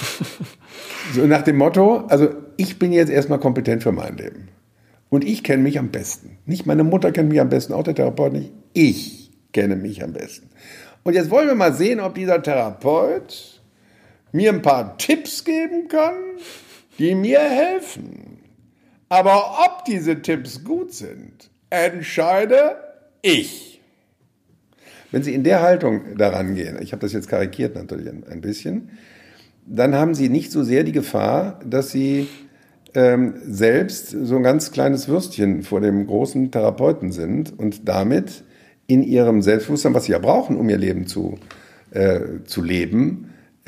So nach dem Motto, also ich bin jetzt erstmal kompetent für mein Leben. Und ich kenne mich am besten. Nicht meine Mutter kennt mich am besten, auch der Therapeut nicht. Ich kenne mich am besten. Und jetzt wollen wir mal sehen, ob dieser Therapeut mir ein paar Tipps geben kann, die mir helfen. Aber ob diese Tipps gut sind, entscheide ich. Wenn Sie in der Haltung daran gehen, ich habe das jetzt karikiert natürlich ein bisschen, dann haben Sie nicht so sehr die Gefahr, dass Sie selbst so ein ganz kleines Würstchen vor dem großen Therapeuten sind und damit in ihrem Selbstbewusstsein, was sie ja brauchen, um ihr Leben zu leben,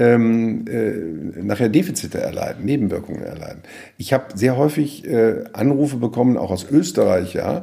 nachher Defizite erleiden, Nebenwirkungen erleiden. Ich habe sehr häufig Anrufe bekommen, auch aus Österreich, ja,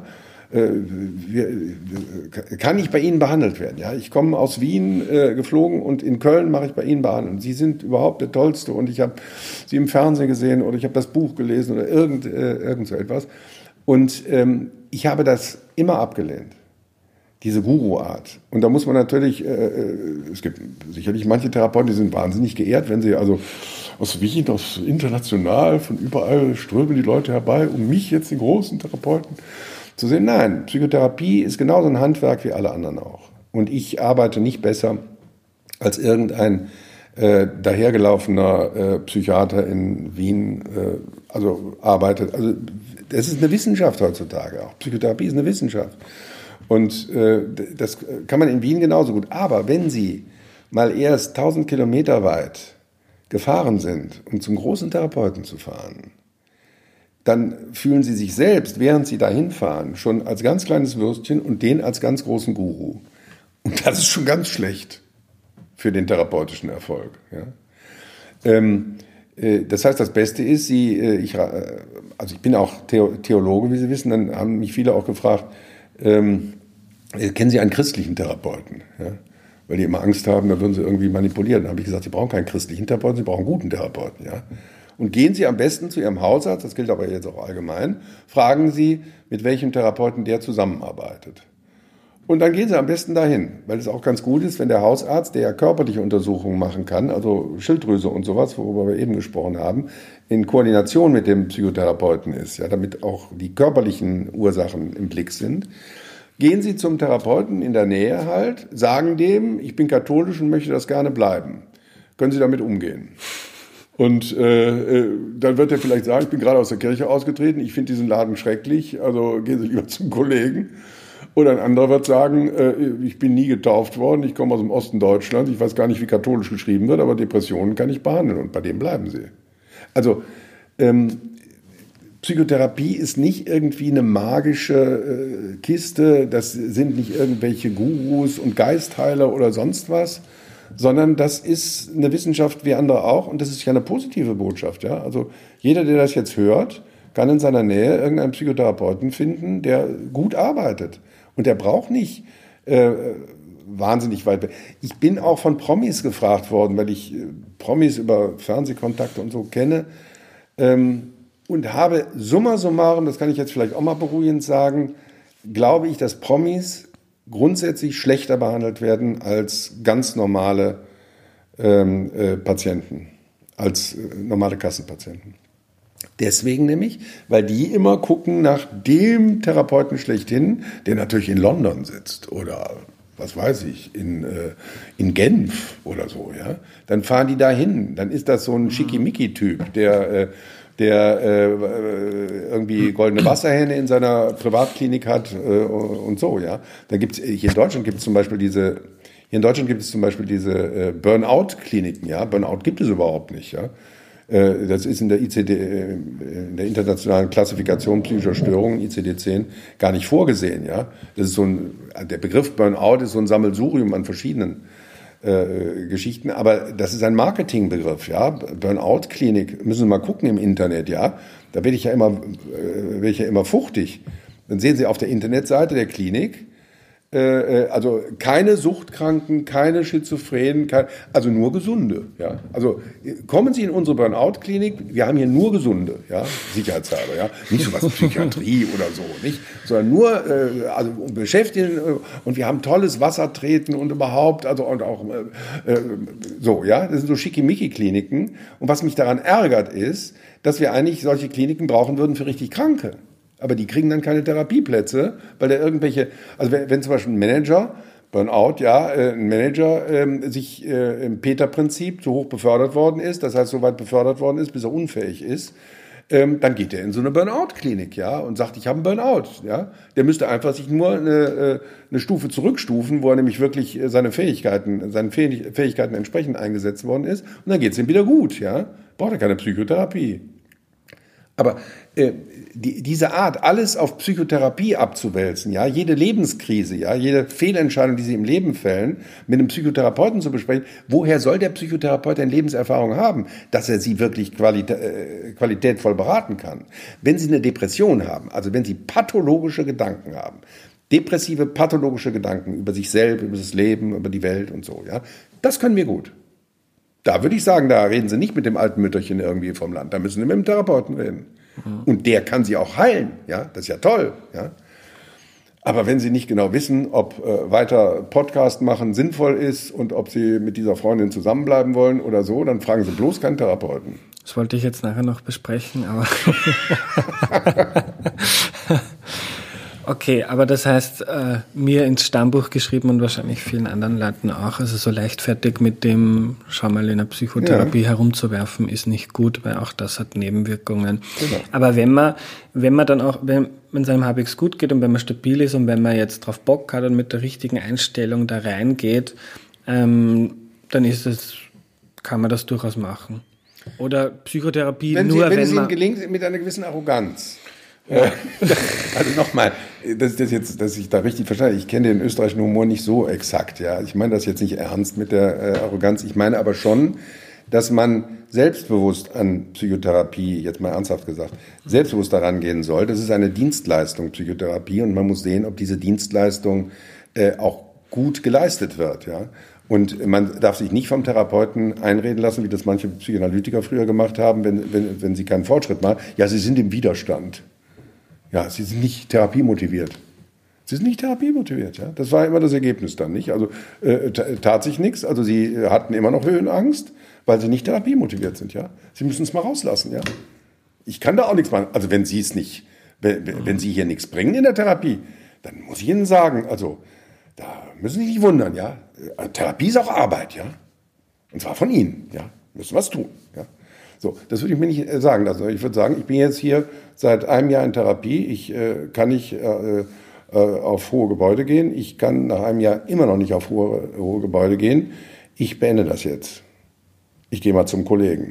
kann ich bei Ihnen behandelt werden? Ja, ich komme aus Wien geflogen und in Köln mache ich bei Ihnen behandeln. Sie sind überhaupt der Tollste und ich habe Sie im Fernsehen gesehen oder ich habe das Buch gelesen oder irgend so etwas. Und ich habe das immer abgelehnt, diese Guru-Art. Und da muss man natürlich, es gibt sicherlich manche Therapeuten, die sind wahnsinnig geehrt, wenn sie also aus Wien, aus international, von überall strömen die Leute herbei, um mich jetzt, den großen Therapeuten, zu sehen. Nein, Psychotherapie ist genauso ein Handwerk wie alle anderen auch. Und ich arbeite nicht besser als irgendein dahergelaufener Psychiater in Wien arbeitet. Also das ist eine Wissenschaft heutzutage auch. Psychotherapie ist eine Wissenschaft. Und das kann man in Wien genauso gut. Aber wenn Sie mal erst 1000 Kilometer weit gefahren sind, um zum großen Therapeuten zu fahren, dann fühlen Sie sich selbst, während Sie dahin fahren, schon als ganz kleines Würstchen und den als ganz großen Guru. Und das ist schon ganz schlecht. für den therapeutischen Erfolg. Ja? Das heißt, das Beste ist, ich bin auch Theologe, wie Sie wissen, dann haben mich viele auch gefragt, kennen Sie einen christlichen Therapeuten? Ja? Weil die immer Angst haben, da würden sie irgendwie manipulieren. Dann habe ich gesagt, Sie brauchen keinen christlichen Therapeuten, Sie brauchen einen guten Therapeuten. Ja? Und gehen Sie am besten zu Ihrem Hausarzt, das gilt aber jetzt auch allgemein, fragen Sie, mit welchem Therapeuten der zusammenarbeitet. Und dann gehen Sie am besten dahin, weil es auch ganz gut ist, wenn der Hausarzt, der ja körperliche Untersuchungen machen kann, also Schilddrüse und sowas, worüber wir eben gesprochen haben, in Koordination mit dem Psychotherapeuten ist, ja, damit auch die körperlichen Ursachen im Blick sind. Gehen Sie zum Therapeuten in der Nähe halt, sagen dem, ich bin katholisch und möchte das gerne bleiben. Können Sie damit umgehen? Und dann wird er vielleicht sagen, ich bin gerade aus der Kirche ausgetreten, ich finde diesen Laden schrecklich, also gehen Sie lieber zum Kollegen. Oder ein anderer wird sagen, ich bin nie getauft worden, ich komme aus dem Osten Deutschlands, ich weiß gar nicht, wie katholisch geschrieben wird, aber Depressionen kann ich behandeln und bei dem bleiben Sie. Also Psychotherapie ist nicht irgendwie eine magische Kiste, das sind nicht irgendwelche Gurus und Geistheiler oder sonst was, sondern das ist eine Wissenschaft wie andere auch und das ist ja eine positive Botschaft. Ja? Also jeder, der das jetzt hört, kann in seiner Nähe irgendeinen Psychotherapeuten finden, der gut arbeitet. Und der braucht nicht wahnsinnig weit weg. Ich bin auch von Promis gefragt worden, weil ich Promis über Fernsehkontakte und so kenne und habe summa summarum, das kann ich jetzt vielleicht auch mal beruhigend sagen, glaube ich, dass Promis grundsätzlich schlechter behandelt werden als ganz normale Patienten, als normale Kassenpatienten. Deswegen nämlich, weil die immer gucken nach dem Therapeuten schlechthin, der natürlich in London sitzt oder was weiß ich, in Genf oder so. Ja? Dann fahren die da hin. Dann ist das so ein Schickimicki-Typ, der irgendwie goldene Wasserhähne in seiner Privatklinik hat und so. Ja? Dann gibt's hier in Deutschland gibt es zum Beispiel diese Burnout-Kliniken. Ja? Burnout gibt es überhaupt nicht. Ja? Das ist in der in der internationalen Klassifikation psychischer Störungen, ICD-10, gar nicht vorgesehen. Ja? Das ist der Begriff Burnout ist so ein Sammelsurium an verschiedenen Geschichten, aber das ist ein Marketingbegriff. Ja? Burnout-Klinik, müssen Sie mal gucken im Internet. Ja? Da werde ich ja immer fuchtig. Dann sehen Sie auf der Internetseite der Klinik, also keine Suchtkranken, keine Schizophrenen, also nur Gesunde. Ja? Also kommen Sie in unsere Burnout-Klinik, wir haben hier nur Gesunde, ja? Sicherheitshalber, ja? Nicht so was Psychiatrie oder so, nicht, sondern nur also beschäftigen und wir haben tolles Wassertreten und überhaupt, also und auch so, ja, das sind so Schickimicki-Kliniken. Und was mich daran ärgert ist, dass wir eigentlich solche Kliniken brauchen würden für richtig Kranke. Aber die kriegen dann keine Therapieplätze, weil da irgendwelche, also wenn zum Beispiel ein Manager, Burnout, ja, ein Manager sich im Peter-Prinzip so hoch befördert worden ist, das heißt so weit befördert worden ist, bis er unfähig ist, dann geht er in so eine Burnout-Klinik, ja, und sagt, ich habe einen Burnout, ja. Der müsste einfach sich nur eine Stufe zurückstufen, wo er nämlich wirklich seinen Fähigkeiten entsprechend eingesetzt worden ist, und dann geht es ihm wieder gut, ja. Braucht er keine Psychotherapie. Aber diese Art, alles auf Psychotherapie abzuwälzen, ja, jede Lebenskrise, ja, jede Fehlentscheidung, die Sie im Leben fällen, mit einem Psychotherapeuten zu besprechen, woher soll der Psychotherapeut denn Lebenserfahrung haben, dass er Sie wirklich qualitätvoll beraten kann? Wenn Sie eine Depression haben, also wenn Sie pathologische Gedanken haben, depressive, pathologische Gedanken über sich selbst, über das Leben, über die Welt und so, ja, das können wir gut. Da würde ich sagen, da reden Sie nicht mit dem alten Mütterchen irgendwie vom Land. Da müssen Sie mit dem Therapeuten reden. Mhm. Und der kann Sie auch heilen. Ja, das ist ja toll. Ja. Aber wenn Sie nicht genau wissen, ob weiter Podcast machen sinnvoll ist und ob Sie mit dieser Freundin zusammenbleiben wollen oder so, dann fragen Sie bloß keinen Therapeuten. Das wollte ich jetzt nachher noch besprechen, aber okay, aber das heißt, mir ins Stammbuch geschrieben und wahrscheinlich vielen anderen Leuten auch, also so leichtfertig mit dem, schau mal, in der Psychotherapie herumzuwerfen, ist nicht gut, weil auch das hat Nebenwirkungen. Genau. Aber wenn man dann auch, wenn es einem halbwegs gut geht und wenn man stabil ist und wenn man jetzt drauf Bock hat und mit der richtigen Einstellung da reingeht, dann kann man das durchaus machen. Oder Psychotherapie wenn es Ihnen gelingt, mit einer gewissen Arroganz. Also nochmal, dass ich da richtig verstanden. Ich kenne den österreichischen Humor nicht so exakt. Ja, ich meine das jetzt nicht ernst mit der Arroganz. Ich meine aber schon, dass man selbstbewusst an Psychotherapie, jetzt mal ernsthaft gesagt, selbstbewusst daran gehen soll. Das ist eine Dienstleistung, Psychotherapie, und man muss sehen, ob diese Dienstleistung auch gut geleistet wird. Ja. Und man darf sich nicht vom Therapeuten einreden lassen, wie das manche Psychoanalytiker früher gemacht haben, wenn sie keinen Fortschritt machen. Ja, sie sind im Widerstand. Ja, sie sind nicht therapiemotiviert. Sie sind nicht therapiemotiviert, ja. Das war immer das Ergebnis dann, nicht? Also tat sich nichts. Also sie hatten immer noch Höhenangst, weil sie nicht therapiemotiviert sind, ja. Sie müssen es mal rauslassen, ja. Ich kann da auch nichts machen. Also wenn Sie es nicht, wenn Sie hier nichts bringen in der Therapie, dann muss ich Ihnen sagen, also da müssen Sie sich nicht wundern, ja. Therapie ist auch Arbeit, ja. Und zwar von Ihnen, ja. Müssen was tun, ja. So, das würde ich mir nicht sagen. Also ich würde sagen, ich bin jetzt hier seit einem Jahr in Therapie. Ich kann nicht auf hohe Gebäude gehen. Ich kann nach einem Jahr immer noch nicht auf hohe Gebäude gehen. Ich beende das jetzt. Ich gehe mal zum Kollegen.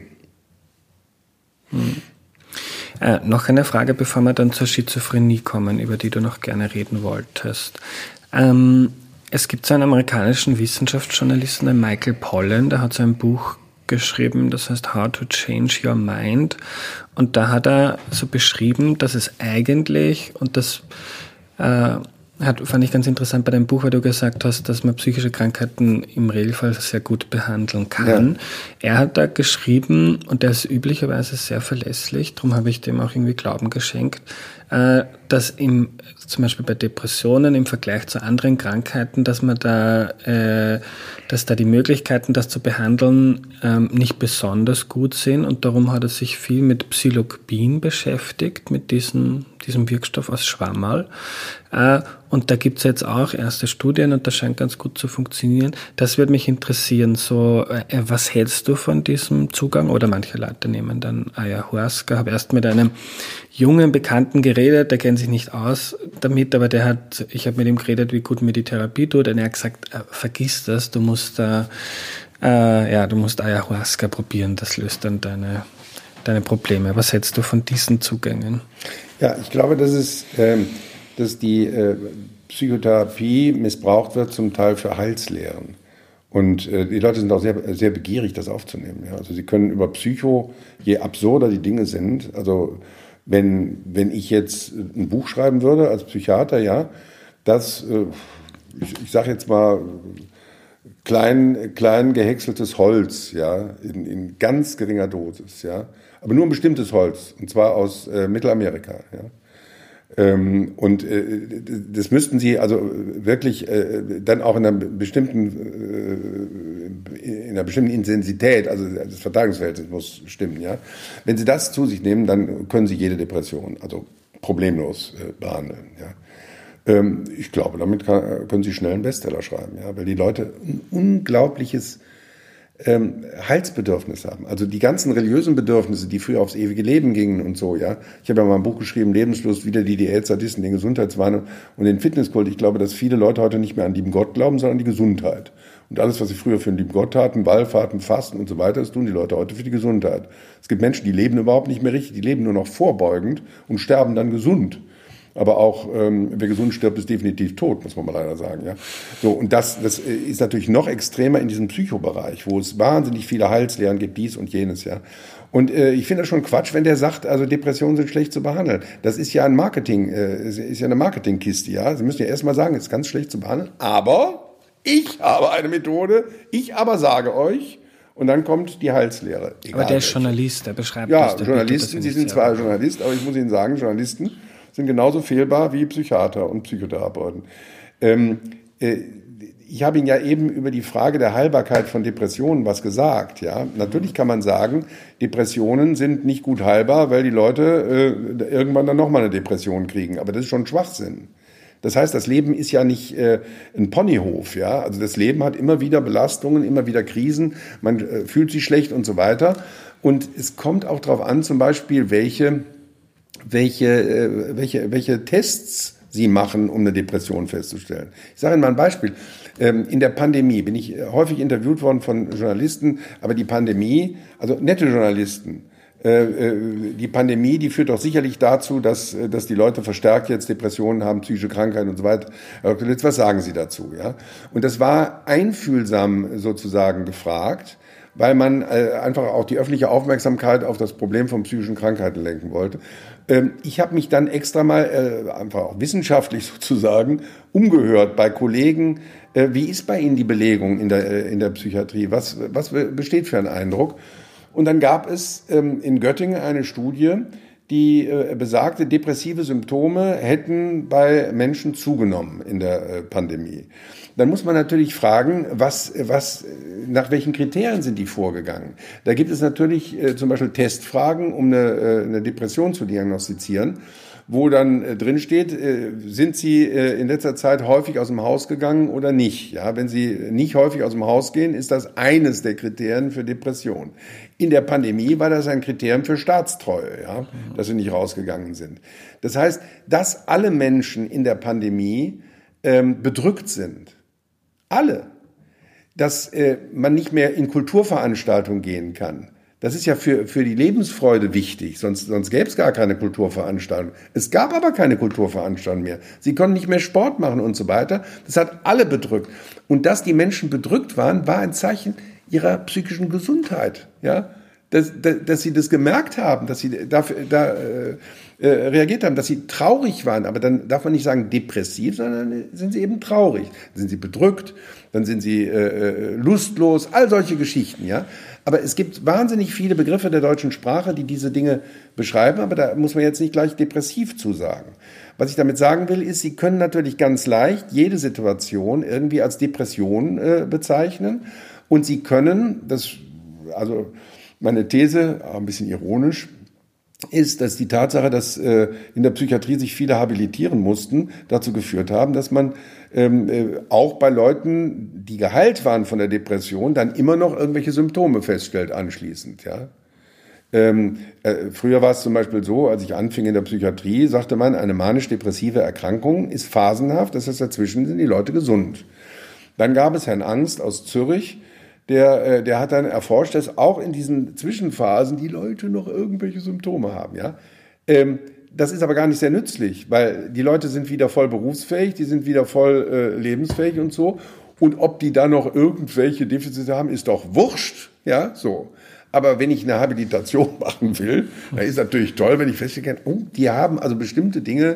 Noch eine Frage, bevor wir dann zur Schizophrenie kommen, über die du noch gerne reden wolltest. Es gibt so einen amerikanischen Wissenschaftsjournalisten, den Michael Pollan, der hat so ein Buch geschrieben, das heißt How to Change Your Mind. Und da hat er so beschrieben, dass es eigentlich, und das fand ich ganz interessant bei deinem Buch, weil du gesagt hast, dass man psychische Krankheiten im Regelfall sehr gut behandeln kann. Ja. Er hat da geschrieben, und der ist üblicherweise sehr verlässlich, darum habe ich dem auch irgendwie Glauben geschenkt, dass zum Beispiel bei Depressionen im Vergleich zu anderen Krankheiten, dass da die Möglichkeiten, das zu behandeln, nicht besonders gut sind, und darum hat er sich viel mit Psilocybin beschäftigt, mit diesem Wirkstoff aus Schwammerl. Und da gibt es jetzt auch erste Studien, und das scheint ganz gut zu funktionieren. Das würde mich interessieren. So, was hältst du von diesem Zugang? Oder manche Leute nehmen dann Ayahuasca. Ich habe erst mit einem jungen Bekannten geredet, der kennt sich nicht aus damit, aber ich habe mit ihm geredet, wie gut mir die Therapie tut, und er hat gesagt, vergiss das, du musst Ayahuasca probieren, das löst dann deine Probleme. Was hältst du von diesen Zugängen? Ja, ich glaube, dass die Psychotherapie missbraucht wird, zum Teil für Heilslehren. Und die Leute sind auch sehr, sehr begierig, das aufzunehmen. Ja. Also sie können über je absurder die Dinge sind, also wenn ich jetzt ein Buch schreiben würde als Psychiater, ja, ich sage jetzt mal, klein gehäckseltes Holz, ja, in ganz geringer Dosis, ja, aber nur ein bestimmtes Holz, und zwar aus Mittelamerika, ja. Und das müssten Sie also wirklich dann auch in einer bestimmten Intensität, also das Verteilungsverhältnis muss stimmen, ja. Wenn Sie das zu sich nehmen, dann können Sie jede Depression also problemlos behandeln, ja. Ich glaube, damit können Sie schnell einen Bestseller schreiben, ja, weil die Leute ein unglaubliches Heilsbedürfnis haben. Also die ganzen religiösen Bedürfnisse, die früher aufs ewige Leben gingen und so, ja. Ich habe ja mal ein Buch geschrieben, Lebenslust, wieder die Diät-Sadisten, den Gesundheitswahn und den Fitnesskult. Ich glaube, dass viele Leute heute nicht mehr an lieben Gott glauben, sondern an die Gesundheit. Und alles, was sie früher für den lieben Gott taten, Wallfahrten, Fasten und so weiter, das tun die Leute heute für die Gesundheit. Es gibt Menschen, die leben überhaupt nicht mehr richtig, die leben nur noch vorbeugend und sterben dann gesund. Aber auch, wer gesund stirbt, ist definitiv tot, muss man mal leider sagen, ja. So, und das ist natürlich noch extremer in diesem Psychobereich, wo es wahnsinnig viele Heilslehren gibt, dies und jenes, ja. Und ich finde das schon Quatsch, wenn der sagt, also Depressionen sind schlecht zu behandeln. Das ist ja ein ist ja eine Marketingkiste, ja. Sie müssen ja erstmal sagen, es ist ganz schlecht zu behandeln, aber ich habe eine Methode, ich aber sage euch, und dann kommt die Heilslehre. Aber der ist Journalist, der beschreibt das. Ja, Journalisten, Sie sind zwar Journalist, aber ich muss Ihnen sagen, Journalisten sind genauso fehlbar wie Psychiater und Psychotherapeuten. Ich habe Ihnen ja eben über die Frage der Heilbarkeit von Depressionen was gesagt. Ja, natürlich kann man sagen, Depressionen sind nicht gut heilbar, weil die Leute irgendwann dann nochmal eine Depression kriegen. Aber das ist schon Schwachsinn. Das heißt, das Leben ist ja nicht ein Ponyhof. Ja, also das Leben hat immer wieder Belastungen, immer wieder Krisen. Man fühlt sich schlecht und so weiter. Und es kommt auch darauf an, zum Beispiel, welche Tests Sie machen, um eine Depression festzustellen. Ich sage Ihnen mal ein Beispiel. In der Pandemie bin ich häufig interviewt worden von Journalisten, aber die Pandemie, also nette Journalisten, Die Pandemie, die führt doch sicherlich dazu, dass die Leute verstärkt jetzt Depressionen haben, psychische Krankheiten und so weiter. Was sagen Sie dazu? Ja? Und das war einfühlsam sozusagen gefragt, weil man einfach auch die öffentliche Aufmerksamkeit auf das Problem von psychischen Krankheiten lenken wollte. Ich habe mich dann extra mal einfach auch wissenschaftlich sozusagen umgehört bei Kollegen. Wie ist bei Ihnen die Belegung in der Psychiatrie? Was besteht für ein Eindruck? Und dann gab es in Göttingen eine Studie, die besagte, depressive Symptome hätten bei Menschen zugenommen in der Pandemie. Dann muss man natürlich fragen, nach welchen Kriterien sind die vorgegangen? Da gibt es natürlich zum Beispiel Testfragen, um eine Depression zu diagnostizieren, wo dann drin steht, sind Sie in letzter Zeit häufig aus dem Haus gegangen oder nicht? Ja, wenn Sie nicht häufig aus dem Haus gehen, ist das eines der Kriterien für Depression. In der Pandemie war das ein Kriterium für Staatstreue, ja, dass Sie nicht rausgegangen sind. Das heißt, dass alle Menschen in der Pandemie bedrückt sind. Alle. Dass man nicht mehr in Kulturveranstaltungen gehen kann. Das ist ja für die Lebensfreude wichtig, sonst gäbe es gar keine Kulturveranstaltung. Es gab aber keine Kulturveranstaltung mehr. Sie konnten nicht mehr Sport machen und so weiter. Das hat alle bedrückt. Und dass die Menschen bedrückt waren, war ein Zeichen ihrer psychischen Gesundheit. Ja? Dass sie das gemerkt haben, dass sie reagiert haben, dass sie traurig waren. Aber dann darf man nicht sagen depressiv, sondern sind sie eben traurig. Dann sind sie bedrückt, dann sind sie lustlos, all solche Geschichten. Ja. Aber es gibt wahnsinnig viele Begriffe der deutschen Sprache, die diese Dinge beschreiben, aber da muss man jetzt nicht gleich depressiv zu sagen. Was ich damit sagen will, ist, Sie können natürlich ganz leicht jede Situation irgendwie als Depression bezeichnen und Sie können, also meine These, ein bisschen ironisch, ist, dass die Tatsache, dass in der Psychiatrie sich viele habilitieren mussten, dazu geführt haben, dass man auch bei Leuten, die geheilt waren von der Depression, dann immer noch irgendwelche Symptome feststellt anschließend. Ja? Früher war es zum Beispiel so, als ich anfing in der Psychiatrie, sagte man, eine manisch-depressive Erkrankung ist phasenhaft, das heißt, dazwischen sind die Leute gesund. Dann gab es Herrn Angst aus Zürich, der hat dann erforscht, dass auch in diesen Zwischenphasen die Leute noch irgendwelche Symptome haben. Ja? Das ist aber gar nicht sehr nützlich, weil die Leute sind wieder voll berufsfähig, die sind wieder voll lebensfähig und so. Und ob die da noch irgendwelche Defizite haben, ist doch wurscht. Ja, so. Aber wenn ich eine Habilitation machen will, dann ist natürlich toll, wenn ich feststellen kann, oh, die haben also bestimmte Dinge,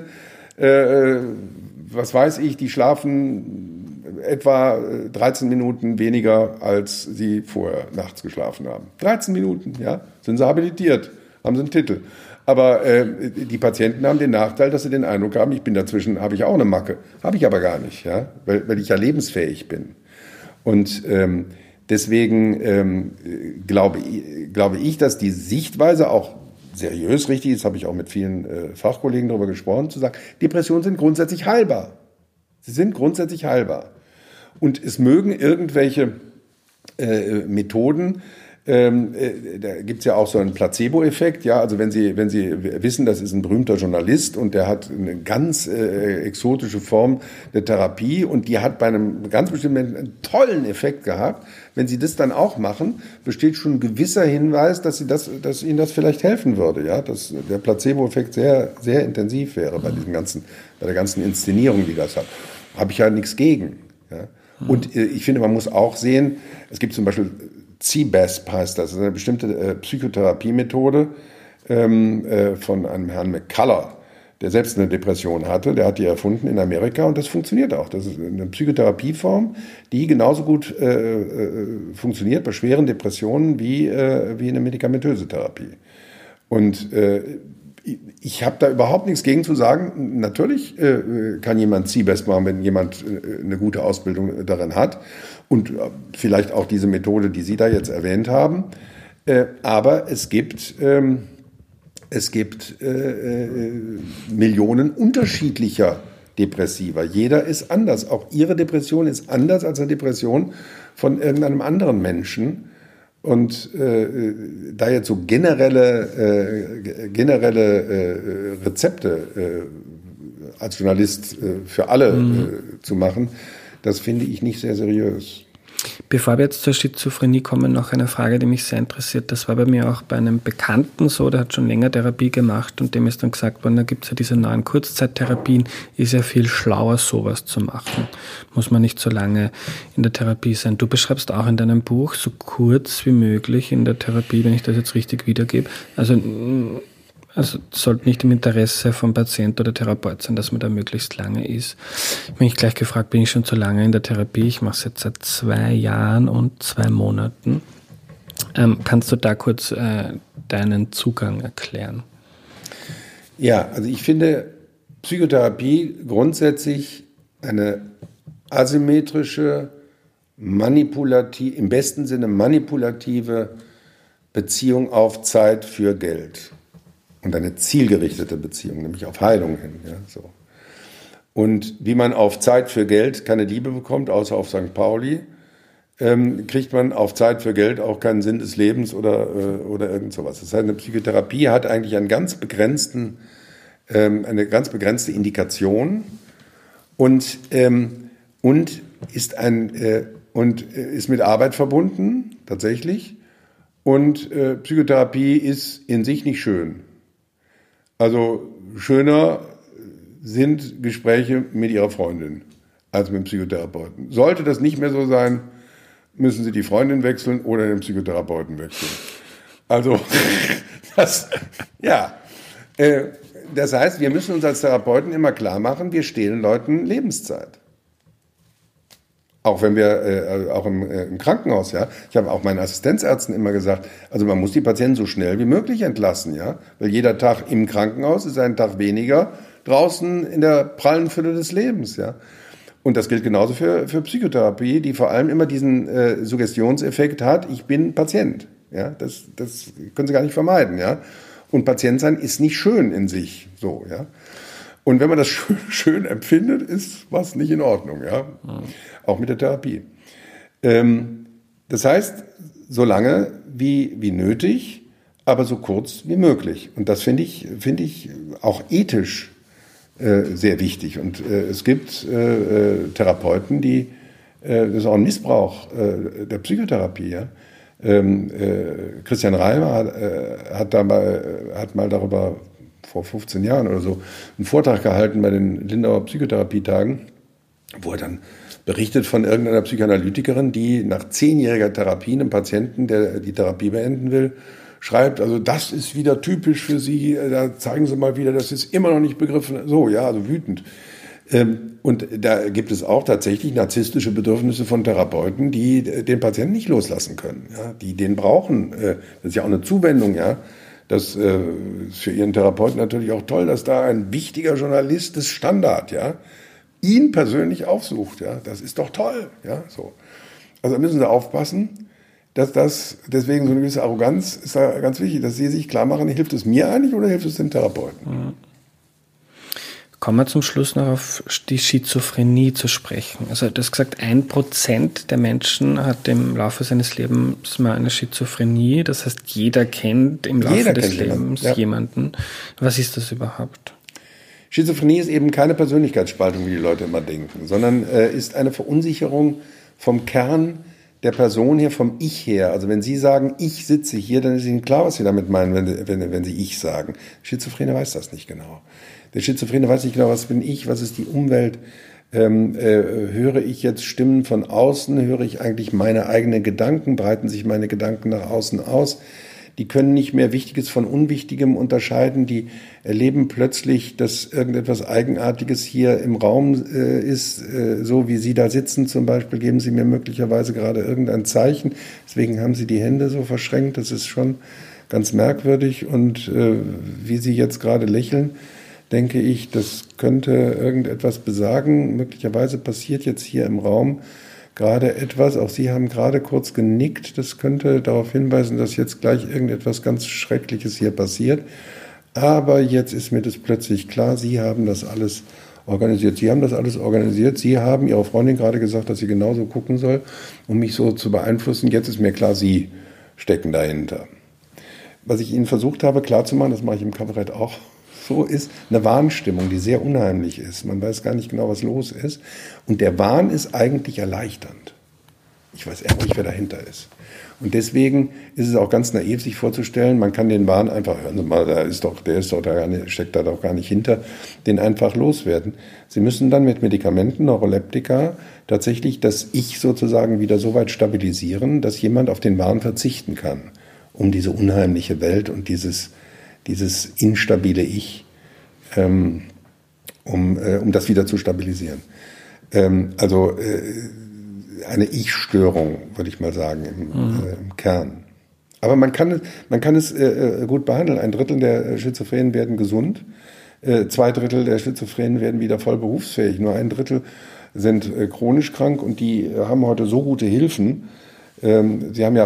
was weiß ich, die schlafen etwa 13 Minuten weniger, als sie vorher nachts geschlafen haben. 13 Minuten, ja, sind sie habilitiert, haben sie einen Titel. Aber die Patienten haben den Nachteil, dass sie den Eindruck haben, ich bin dazwischen, habe ich auch eine Macke. Habe ich aber gar nicht, ja, weil ich ja lebensfähig bin. Und deswegen glaube ich, dass die Sichtweise auch seriös richtig ist, habe ich auch mit vielen Fachkollegen darüber gesprochen, zu sagen, Depressionen sind grundsätzlich heilbar. Sie sind grundsätzlich heilbar. Und es mögen irgendwelche Methoden, da gibt's ja auch so einen Placebo-Effekt, ja, also wenn Sie wissen, das ist ein berühmter Journalist und der hat eine ganz exotische Form der Therapie und die hat bei einem ganz bestimmten einen tollen Effekt gehabt, wenn Sie das dann auch machen, besteht schon ein gewisser Hinweis, dass Ihnen das vielleicht helfen würde, ja, dass der Placebo-Effekt sehr, sehr intensiv wäre bei der ganzen Inszenierung, die das hat. Habe ich ja nichts gegen, ja. Und ich finde, man muss auch sehen, es gibt zum Beispiel CBESP heißt das, eine bestimmte Psychotherapiemethode von einem Herrn McCullough, der selbst eine Depression hatte. Der hat die erfunden in Amerika und das funktioniert auch. Das ist eine Psychotherapieform, die genauso gut funktioniert bei schweren Depressionen wie eine medikamentöse Therapie. Und ich habe da überhaupt nichts gegen zu sagen. Natürlich kann jemand CBESP machen, wenn jemand eine gute Ausbildung darin hat und vielleicht auch diese Methode, die Sie da jetzt erwähnt haben. Aber es gibt Millionen unterschiedlicher Depressiva. Jeder ist anders. Auch Ihre Depression ist anders als eine Depression von irgendeinem anderen Menschen. Und da jetzt so generelle Rezepte als Journalist für alle zu machen, das finde ich nicht sehr seriös. Bevor wir jetzt zur Schizophrenie kommen, noch eine Frage, die mich sehr interessiert. Das war bei mir auch bei einem Bekannten so, der hat schon länger Therapie gemacht und dem ist dann gesagt worden, da gibt es ja diese neuen Kurzzeittherapien, ist ja viel schlauer, sowas zu machen. Muss man nicht so lange in der Therapie sein. Du beschreibst auch in deinem Buch so kurz wie möglich in der Therapie, wenn ich das jetzt richtig wiedergebe. Also sollte nicht im Interesse vom Patient oder Therapeut sein, dass man da möglichst lange ist. Ich bin mich gleich gefragt, bin ich schon zu lange in der Therapie? Ich mache es jetzt seit 2 Jahren und 2 Monaten. Kannst du da kurz deinen Zugang erklären? Ja, also ich finde Psychotherapie grundsätzlich eine asymmetrische, im besten Sinne manipulative Beziehung auf Zeit für Geld. Und eine zielgerichtete Beziehung, nämlich auf Heilung hin. Ja, so. Und wie man auf Zeit für Geld keine Liebe bekommt, außer auf St. Pauli, kriegt man auf Zeit für Geld auch keinen Sinn des Lebens oder irgend sowas. Das heißt, eine Psychotherapie hat eigentlich eine ganz begrenzte Indikation und ist mit Arbeit verbunden, tatsächlich. Und Psychotherapie ist in sich nicht schön. Also schöner sind Gespräche mit Ihrer Freundin als mit dem Psychotherapeuten. Sollte das nicht mehr so sein, müssen Sie die Freundin wechseln oder den Psychotherapeuten wechseln. Also das heißt, wir müssen uns als Therapeuten immer klar machen, wir stehlen Leuten Lebenszeit. Auch wenn wir, auch im Krankenhaus, ja. Ich habe auch meinen Assistenzärzten immer gesagt, also man muss die Patienten so schnell wie möglich entlassen, ja. Weil jeder Tag im Krankenhaus ist ein Tag weniger draußen in der prallen Fülle des Lebens, ja. Und das gilt genauso für Psychotherapie, die vor allem immer diesen Suggestionseffekt hat, ich bin Patient, ja. Das können Sie gar nicht vermeiden, ja. Und Patient sein ist nicht schön in sich, so, ja. Und wenn man das schön empfindet, ist was nicht in Ordnung, ja. Auch mit der Therapie. Das heißt, so lange wie nötig, aber so kurz wie möglich. Und das finde ich auch ethisch sehr wichtig. Und es gibt Therapeuten, das ist auch ein Missbrauch der Psychotherapie, ja. Christian Reimer hat mal darüber vor 15 Jahren oder so einen Vortrag gehalten bei den Lindauer Psychotherapietagen, wo er dann berichtet von irgendeiner Psychoanalytikerin, die nach 10-jähriger Therapie einem Patienten, der die Therapie beenden will, schreibt, also das ist wieder typisch für Sie, da zeigen Sie mal wieder, das ist immer noch nicht begriffen, so, ja, also wütend. Und da gibt es auch tatsächlich narzisstische Bedürfnisse von Therapeuten, die den Patienten nicht loslassen können, ja, die den brauchen. Das ist ja auch eine Zuwendung, ja. Das ist für Ihren Therapeuten natürlich auch toll, dass da ein wichtiger Journalist des Standard, ja, ihn persönlich aufsucht, ja, das ist doch toll, ja, so. Also da müssen Sie aufpassen, dass deswegen so eine gewisse Arroganz ist da ganz wichtig, dass Sie sich klar machen, hilft es mir eigentlich oder hilft es dem Therapeuten? Mhm. Kommen wir zum Schluss noch auf die Schizophrenie zu sprechen. Also du hast gesagt, 1% der Menschen hat im Laufe seines Lebens mal eine Schizophrenie. Das heißt, jeder kennt im Laufe des Lebens jemanden. Was ist das überhaupt? Schizophrenie ist eben keine Persönlichkeitsspaltung, wie die Leute immer denken, sondern ist eine Verunsicherung vom Kern der Person her, vom Ich her. Also wenn Sie sagen, ich sitze hier, dann ist Ihnen klar, was Sie damit meinen, wenn Sie Ich sagen. Schizophrene weiß das nicht genau. Der Schizophrene weiß nicht genau, was bin ich, was ist die Umwelt. Höre ich jetzt Stimmen von außen, höre ich eigentlich meine eigenen Gedanken, breiten sich meine Gedanken nach außen aus. Die können nicht mehr Wichtiges von Unwichtigem unterscheiden. Die erleben plötzlich, dass irgendetwas Eigenartiges hier im Raum ist. So wie Sie da sitzen zum Beispiel, geben Sie mir möglicherweise gerade irgendein Zeichen. Deswegen haben Sie die Hände so verschränkt. Das ist schon ganz merkwürdig. Und wie Sie jetzt gerade lächeln, denke ich, das könnte irgendetwas besagen. Möglicherweise passiert jetzt hier im Raum gerade etwas, auch Sie haben gerade kurz genickt, das könnte darauf hinweisen, dass jetzt gleich irgendetwas ganz Schreckliches hier passiert. Aber jetzt ist mir das plötzlich klar, Sie haben das alles organisiert. Sie haben das alles organisiert. Sie haben Ihrer Freundin gerade gesagt, dass sie genauso gucken soll, um mich so zu beeinflussen. Jetzt ist mir klar, Sie stecken dahinter. Was ich Ihnen versucht habe klarzumachen, das mache ich im Kabarett auch, so ist eine Wahnstimmung, die sehr unheimlich ist. Man weiß gar nicht genau, was los ist. Und der Wahn ist eigentlich erleichternd. Ich weiß eher nicht, wer dahinter ist. Und deswegen ist es auch ganz naiv, sich vorzustellen, man kann den Wahn einfach, hören Sie mal, steckt da doch gar nicht hinter, den einfach loswerden. Sie müssen dann mit Medikamenten, Neuroleptika, tatsächlich das Ich sozusagen wieder so weit stabilisieren, dass jemand auf den Wahn verzichten kann, um diese unheimliche Welt und dieses instabile Ich, um das wieder zu stabilisieren. Eine Ich-Störung, würde ich mal sagen, im Kern. Aber man kann es gut behandeln. 1/3 der Schizophrenen werden gesund, 2/3 der Schizophrenen werden wieder voll berufsfähig. Nur 1/3 sind chronisch krank und die haben heute so gute Hilfen. Sie haben ja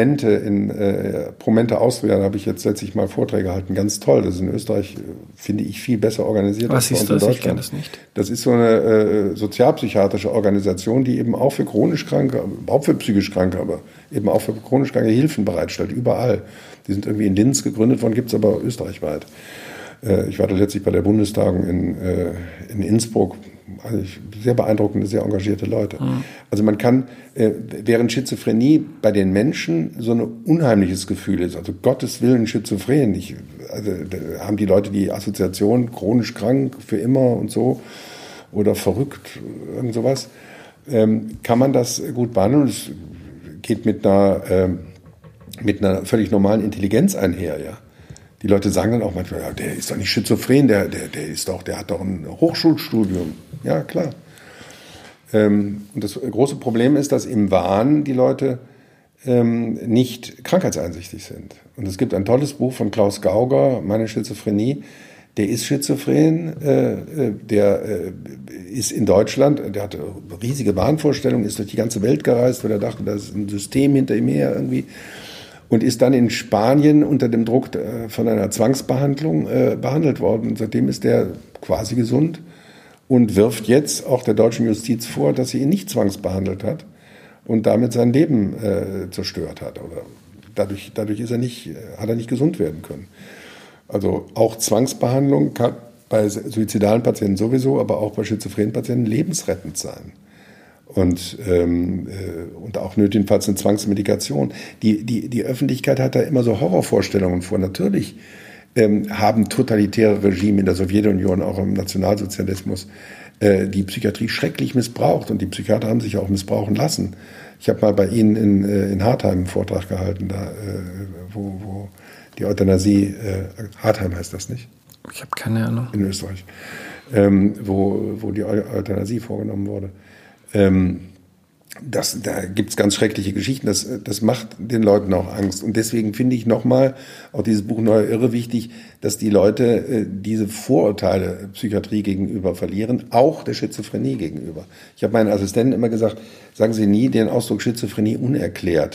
Promente Austria, da habe ich jetzt letztlich mal Vorträge gehalten, ganz toll. Das ist in Österreich, finde ich, viel besser organisiert als bei uns in Deutschland. Ich kenne das nicht. Das ist so eine sozialpsychiatrische Organisation, die eben auch für chronisch Kranke, überhaupt für psychisch Kranke, aber eben auch für chronisch Kranke Hilfen bereitstellt, überall. Die sind irgendwie in Linz gegründet worden, gibt es aber österreichweit. Ich war da letztlich bei der Bundestagung in Innsbruck. Also sehr beeindruckende, sehr engagierte Leute. Also man kann, während Schizophrenie bei den Menschen so ein unheimliches Gefühl ist, also Gottes Willen schizophren, da haben die Leute die Assoziation chronisch krank für immer und so oder verrückt, irgend sowas, kann man das gut behandeln. Es geht mit einer völlig normalen Intelligenz einher, ja. Die Leute sagen dann auch manchmal, ja, der ist doch nicht schizophren, der hat doch ein Hochschulstudium. Ja, klar. Und das große Problem ist, dass im Wahn die Leute nicht krankheitseinsichtig sind. Und es gibt ein tolles Buch von Klaus Gauger, Meine Schizophrenie. Der ist schizophren, der ist in Deutschland, der hatte riesige Wahnvorstellungen, ist durch die ganze Welt gereist, weil er dachte, da ist ein System hinter ihm her irgendwie. Und ist dann in Spanien unter dem Druck von einer Zwangsbehandlung behandelt worden. Und seitdem ist der quasi gesund und wirft jetzt auch der deutschen Justiz vor, dass sie ihn nicht zwangsbehandelt hat und damit sein Leben zerstört hat. Oder dadurch hat er nicht gesund werden können. Also auch Zwangsbehandlung kann bei suizidalen Patienten sowieso, aber auch bei schizophrenen Patienten lebensrettend sein. Und auch nötigenfalls eine Zwangsmedikation. Die Öffentlichkeit hat da immer so Horrorvorstellungen vor. Natürlich haben totalitäre Regime in der Sowjetunion, auch im Nationalsozialismus, die Psychiatrie schrecklich missbraucht. Und die Psychiater haben sich auch missbrauchen lassen. Ich habe mal bei Ihnen in Hartheim einen Vortrag gehalten, da, wo die Euthanasie, Hartheim heißt das nicht? Ich habe keine Ahnung. In Österreich. Wo die Euthanasie vorgenommen wurde. Da gibt es ganz schreckliche Geschichten, das macht den Leuten auch Angst. Und deswegen finde ich nochmal, auch dieses Buch Neue Irre wichtig, dass die Leute diese Vorurteile Psychiatrie gegenüber verlieren, auch der Schizophrenie gegenüber. Ich habe meinen Assistenten immer gesagt, sagen Sie nie den Ausdruck Schizophrenie unerklärt.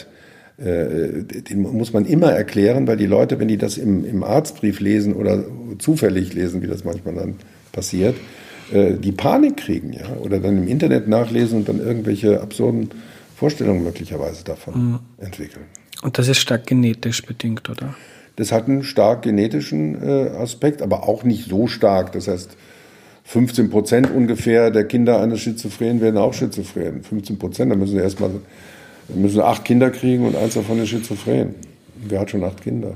Den muss man immer erklären, weil die Leute, wenn die das im Arztbrief lesen oder zufällig lesen, wie das manchmal dann passiert, die Panik kriegen, ja, oder dann im Internet nachlesen und dann irgendwelche absurden Vorstellungen möglicherweise davon entwickeln. Und das ist stark genetisch bedingt, oder? Das hat einen stark genetischen Aspekt, aber auch nicht so stark. Das heißt, 15% ungefähr der Kinder eines Schizophrenen werden auch schizophren. 15%, da müssen sie 8 Kinder kriegen und eins davon ist schizophren. Wer hat schon 8 Kinder?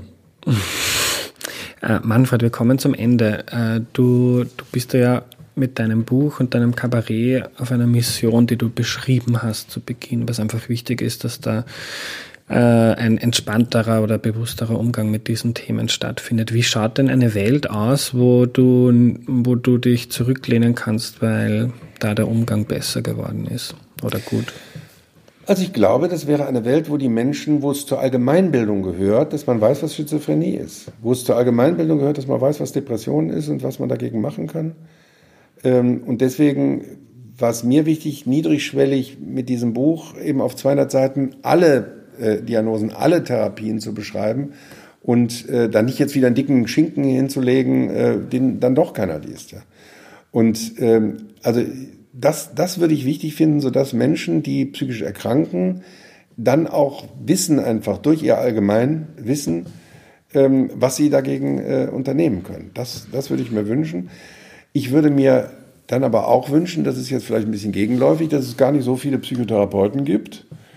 Manfred, wir kommen zum Ende. Du bist ja mit deinem Buch und deinem Kabarett auf einer Mission, die du beschrieben hast zu Beginn, was einfach wichtig ist, dass da ein entspannterer oder bewussterer Umgang mit diesen Themen stattfindet. Wie schaut denn eine Welt aus, wo du dich zurücklehnen kannst, weil da der Umgang besser geworden ist oder gut? Also ich glaube, das wäre eine Welt, wo die Menschen, wo es zur Allgemeinbildung gehört, dass man weiß, was Schizophrenie ist. Wo es zur Allgemeinbildung gehört, dass man weiß, was Depression ist und was man dagegen machen kann. Und deswegen war es mir wichtig, niedrigschwellig mit diesem Buch eben auf 200 Seiten alle Diagnosen, alle Therapien zu beschreiben und dann nicht jetzt wieder einen dicken Schinken hinzulegen, den dann doch keiner liest. Ja. Und also das würde ich wichtig finden, sodass Menschen, die psychisch erkranken, dann auch wissen einfach durch ihr Allgemeinwissen, was sie dagegen unternehmen können. Das würde ich mir wünschen. Ich würde mir dann aber auch wünschen, das ist jetzt vielleicht ein bisschen gegenläufig, dass es gar nicht so viele Psychotherapeuten gibt.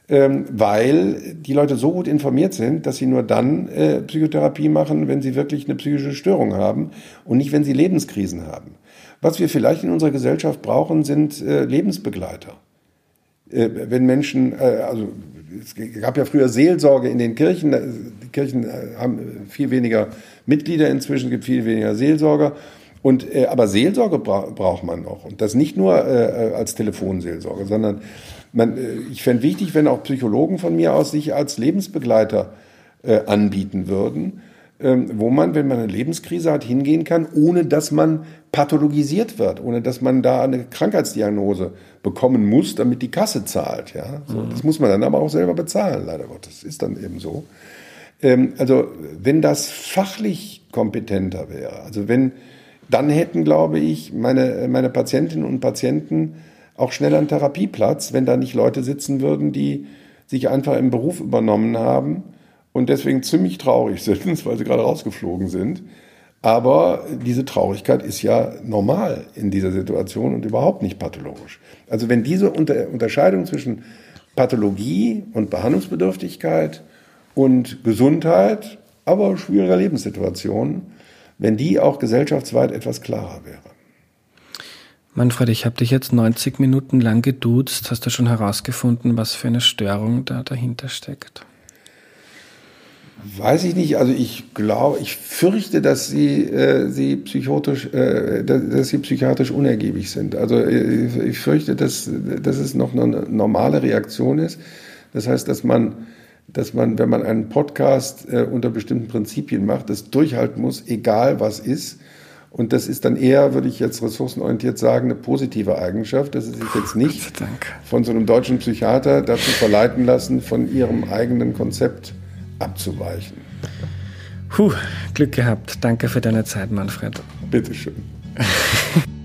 weil die Leute so gut informiert sind, dass sie nur dann Psychotherapie machen, wenn sie wirklich eine psychische Störung haben und nicht, wenn sie Lebenskrisen haben. Was wir vielleicht in unserer Gesellschaft brauchen, sind Lebensbegleiter. Wenn Menschen, also es gab ja früher Seelsorge in den Kirchen, die Kirchen haben viel weniger Mitglieder inzwischen, es gibt viel weniger Seelsorger. Aber Seelsorge braucht man noch. Und das nicht nur als Telefonseelsorge, sondern ich fände wichtig, wenn auch Psychologen von mir aus sich als Lebensbegleiter anbieten würden, wo man, wenn man eine Lebenskrise hat, hingehen kann, ohne dass man pathologisiert wird, ohne dass man da eine Krankheitsdiagnose bekommen muss, damit die Kasse zahlt. Ja? So, das muss man dann aber auch selber bezahlen, leider Gottes. Das ist dann eben so. Also wenn das fachlich kompetenter wäre, also dann hätten, glaube ich, meine Patientinnen und Patienten auch schneller einen Therapieplatz, wenn da nicht Leute sitzen würden, die sich einfach im Beruf übernommen haben und deswegen ziemlich traurig sind, weil sie gerade rausgeflogen sind. Aber diese Traurigkeit ist ja normal in dieser Situation und überhaupt nicht pathologisch. Also wenn diese Unterscheidung zwischen Pathologie und Behandlungsbedürftigkeit und Gesundheit, aber schwieriger Lebenssituationen, wenn die auch gesellschaftsweit etwas klarer wäre. Manfred, ich habe dich jetzt 90 Minuten lang geduzt. Hast du schon herausgefunden, was für eine Störung da dahinter steckt? Weiß ich nicht. Also ich fürchte, dass sie psychiatrisch unergiebig sind. Also ich fürchte, dass es noch eine normale Reaktion ist. Das heißt, dass man, wenn man einen Podcast unter bestimmten Prinzipien macht, das durchhalten muss, egal was ist. Und das ist dann eher, würde ich jetzt ressourcenorientiert sagen, eine positive Eigenschaft, dass sie sich jetzt nicht von so einem deutschen Psychiater dazu verleiten lassen, von ihrem eigenen Konzept abzuweichen. Glück gehabt. Danke für deine Zeit, Manfred. Bitteschön.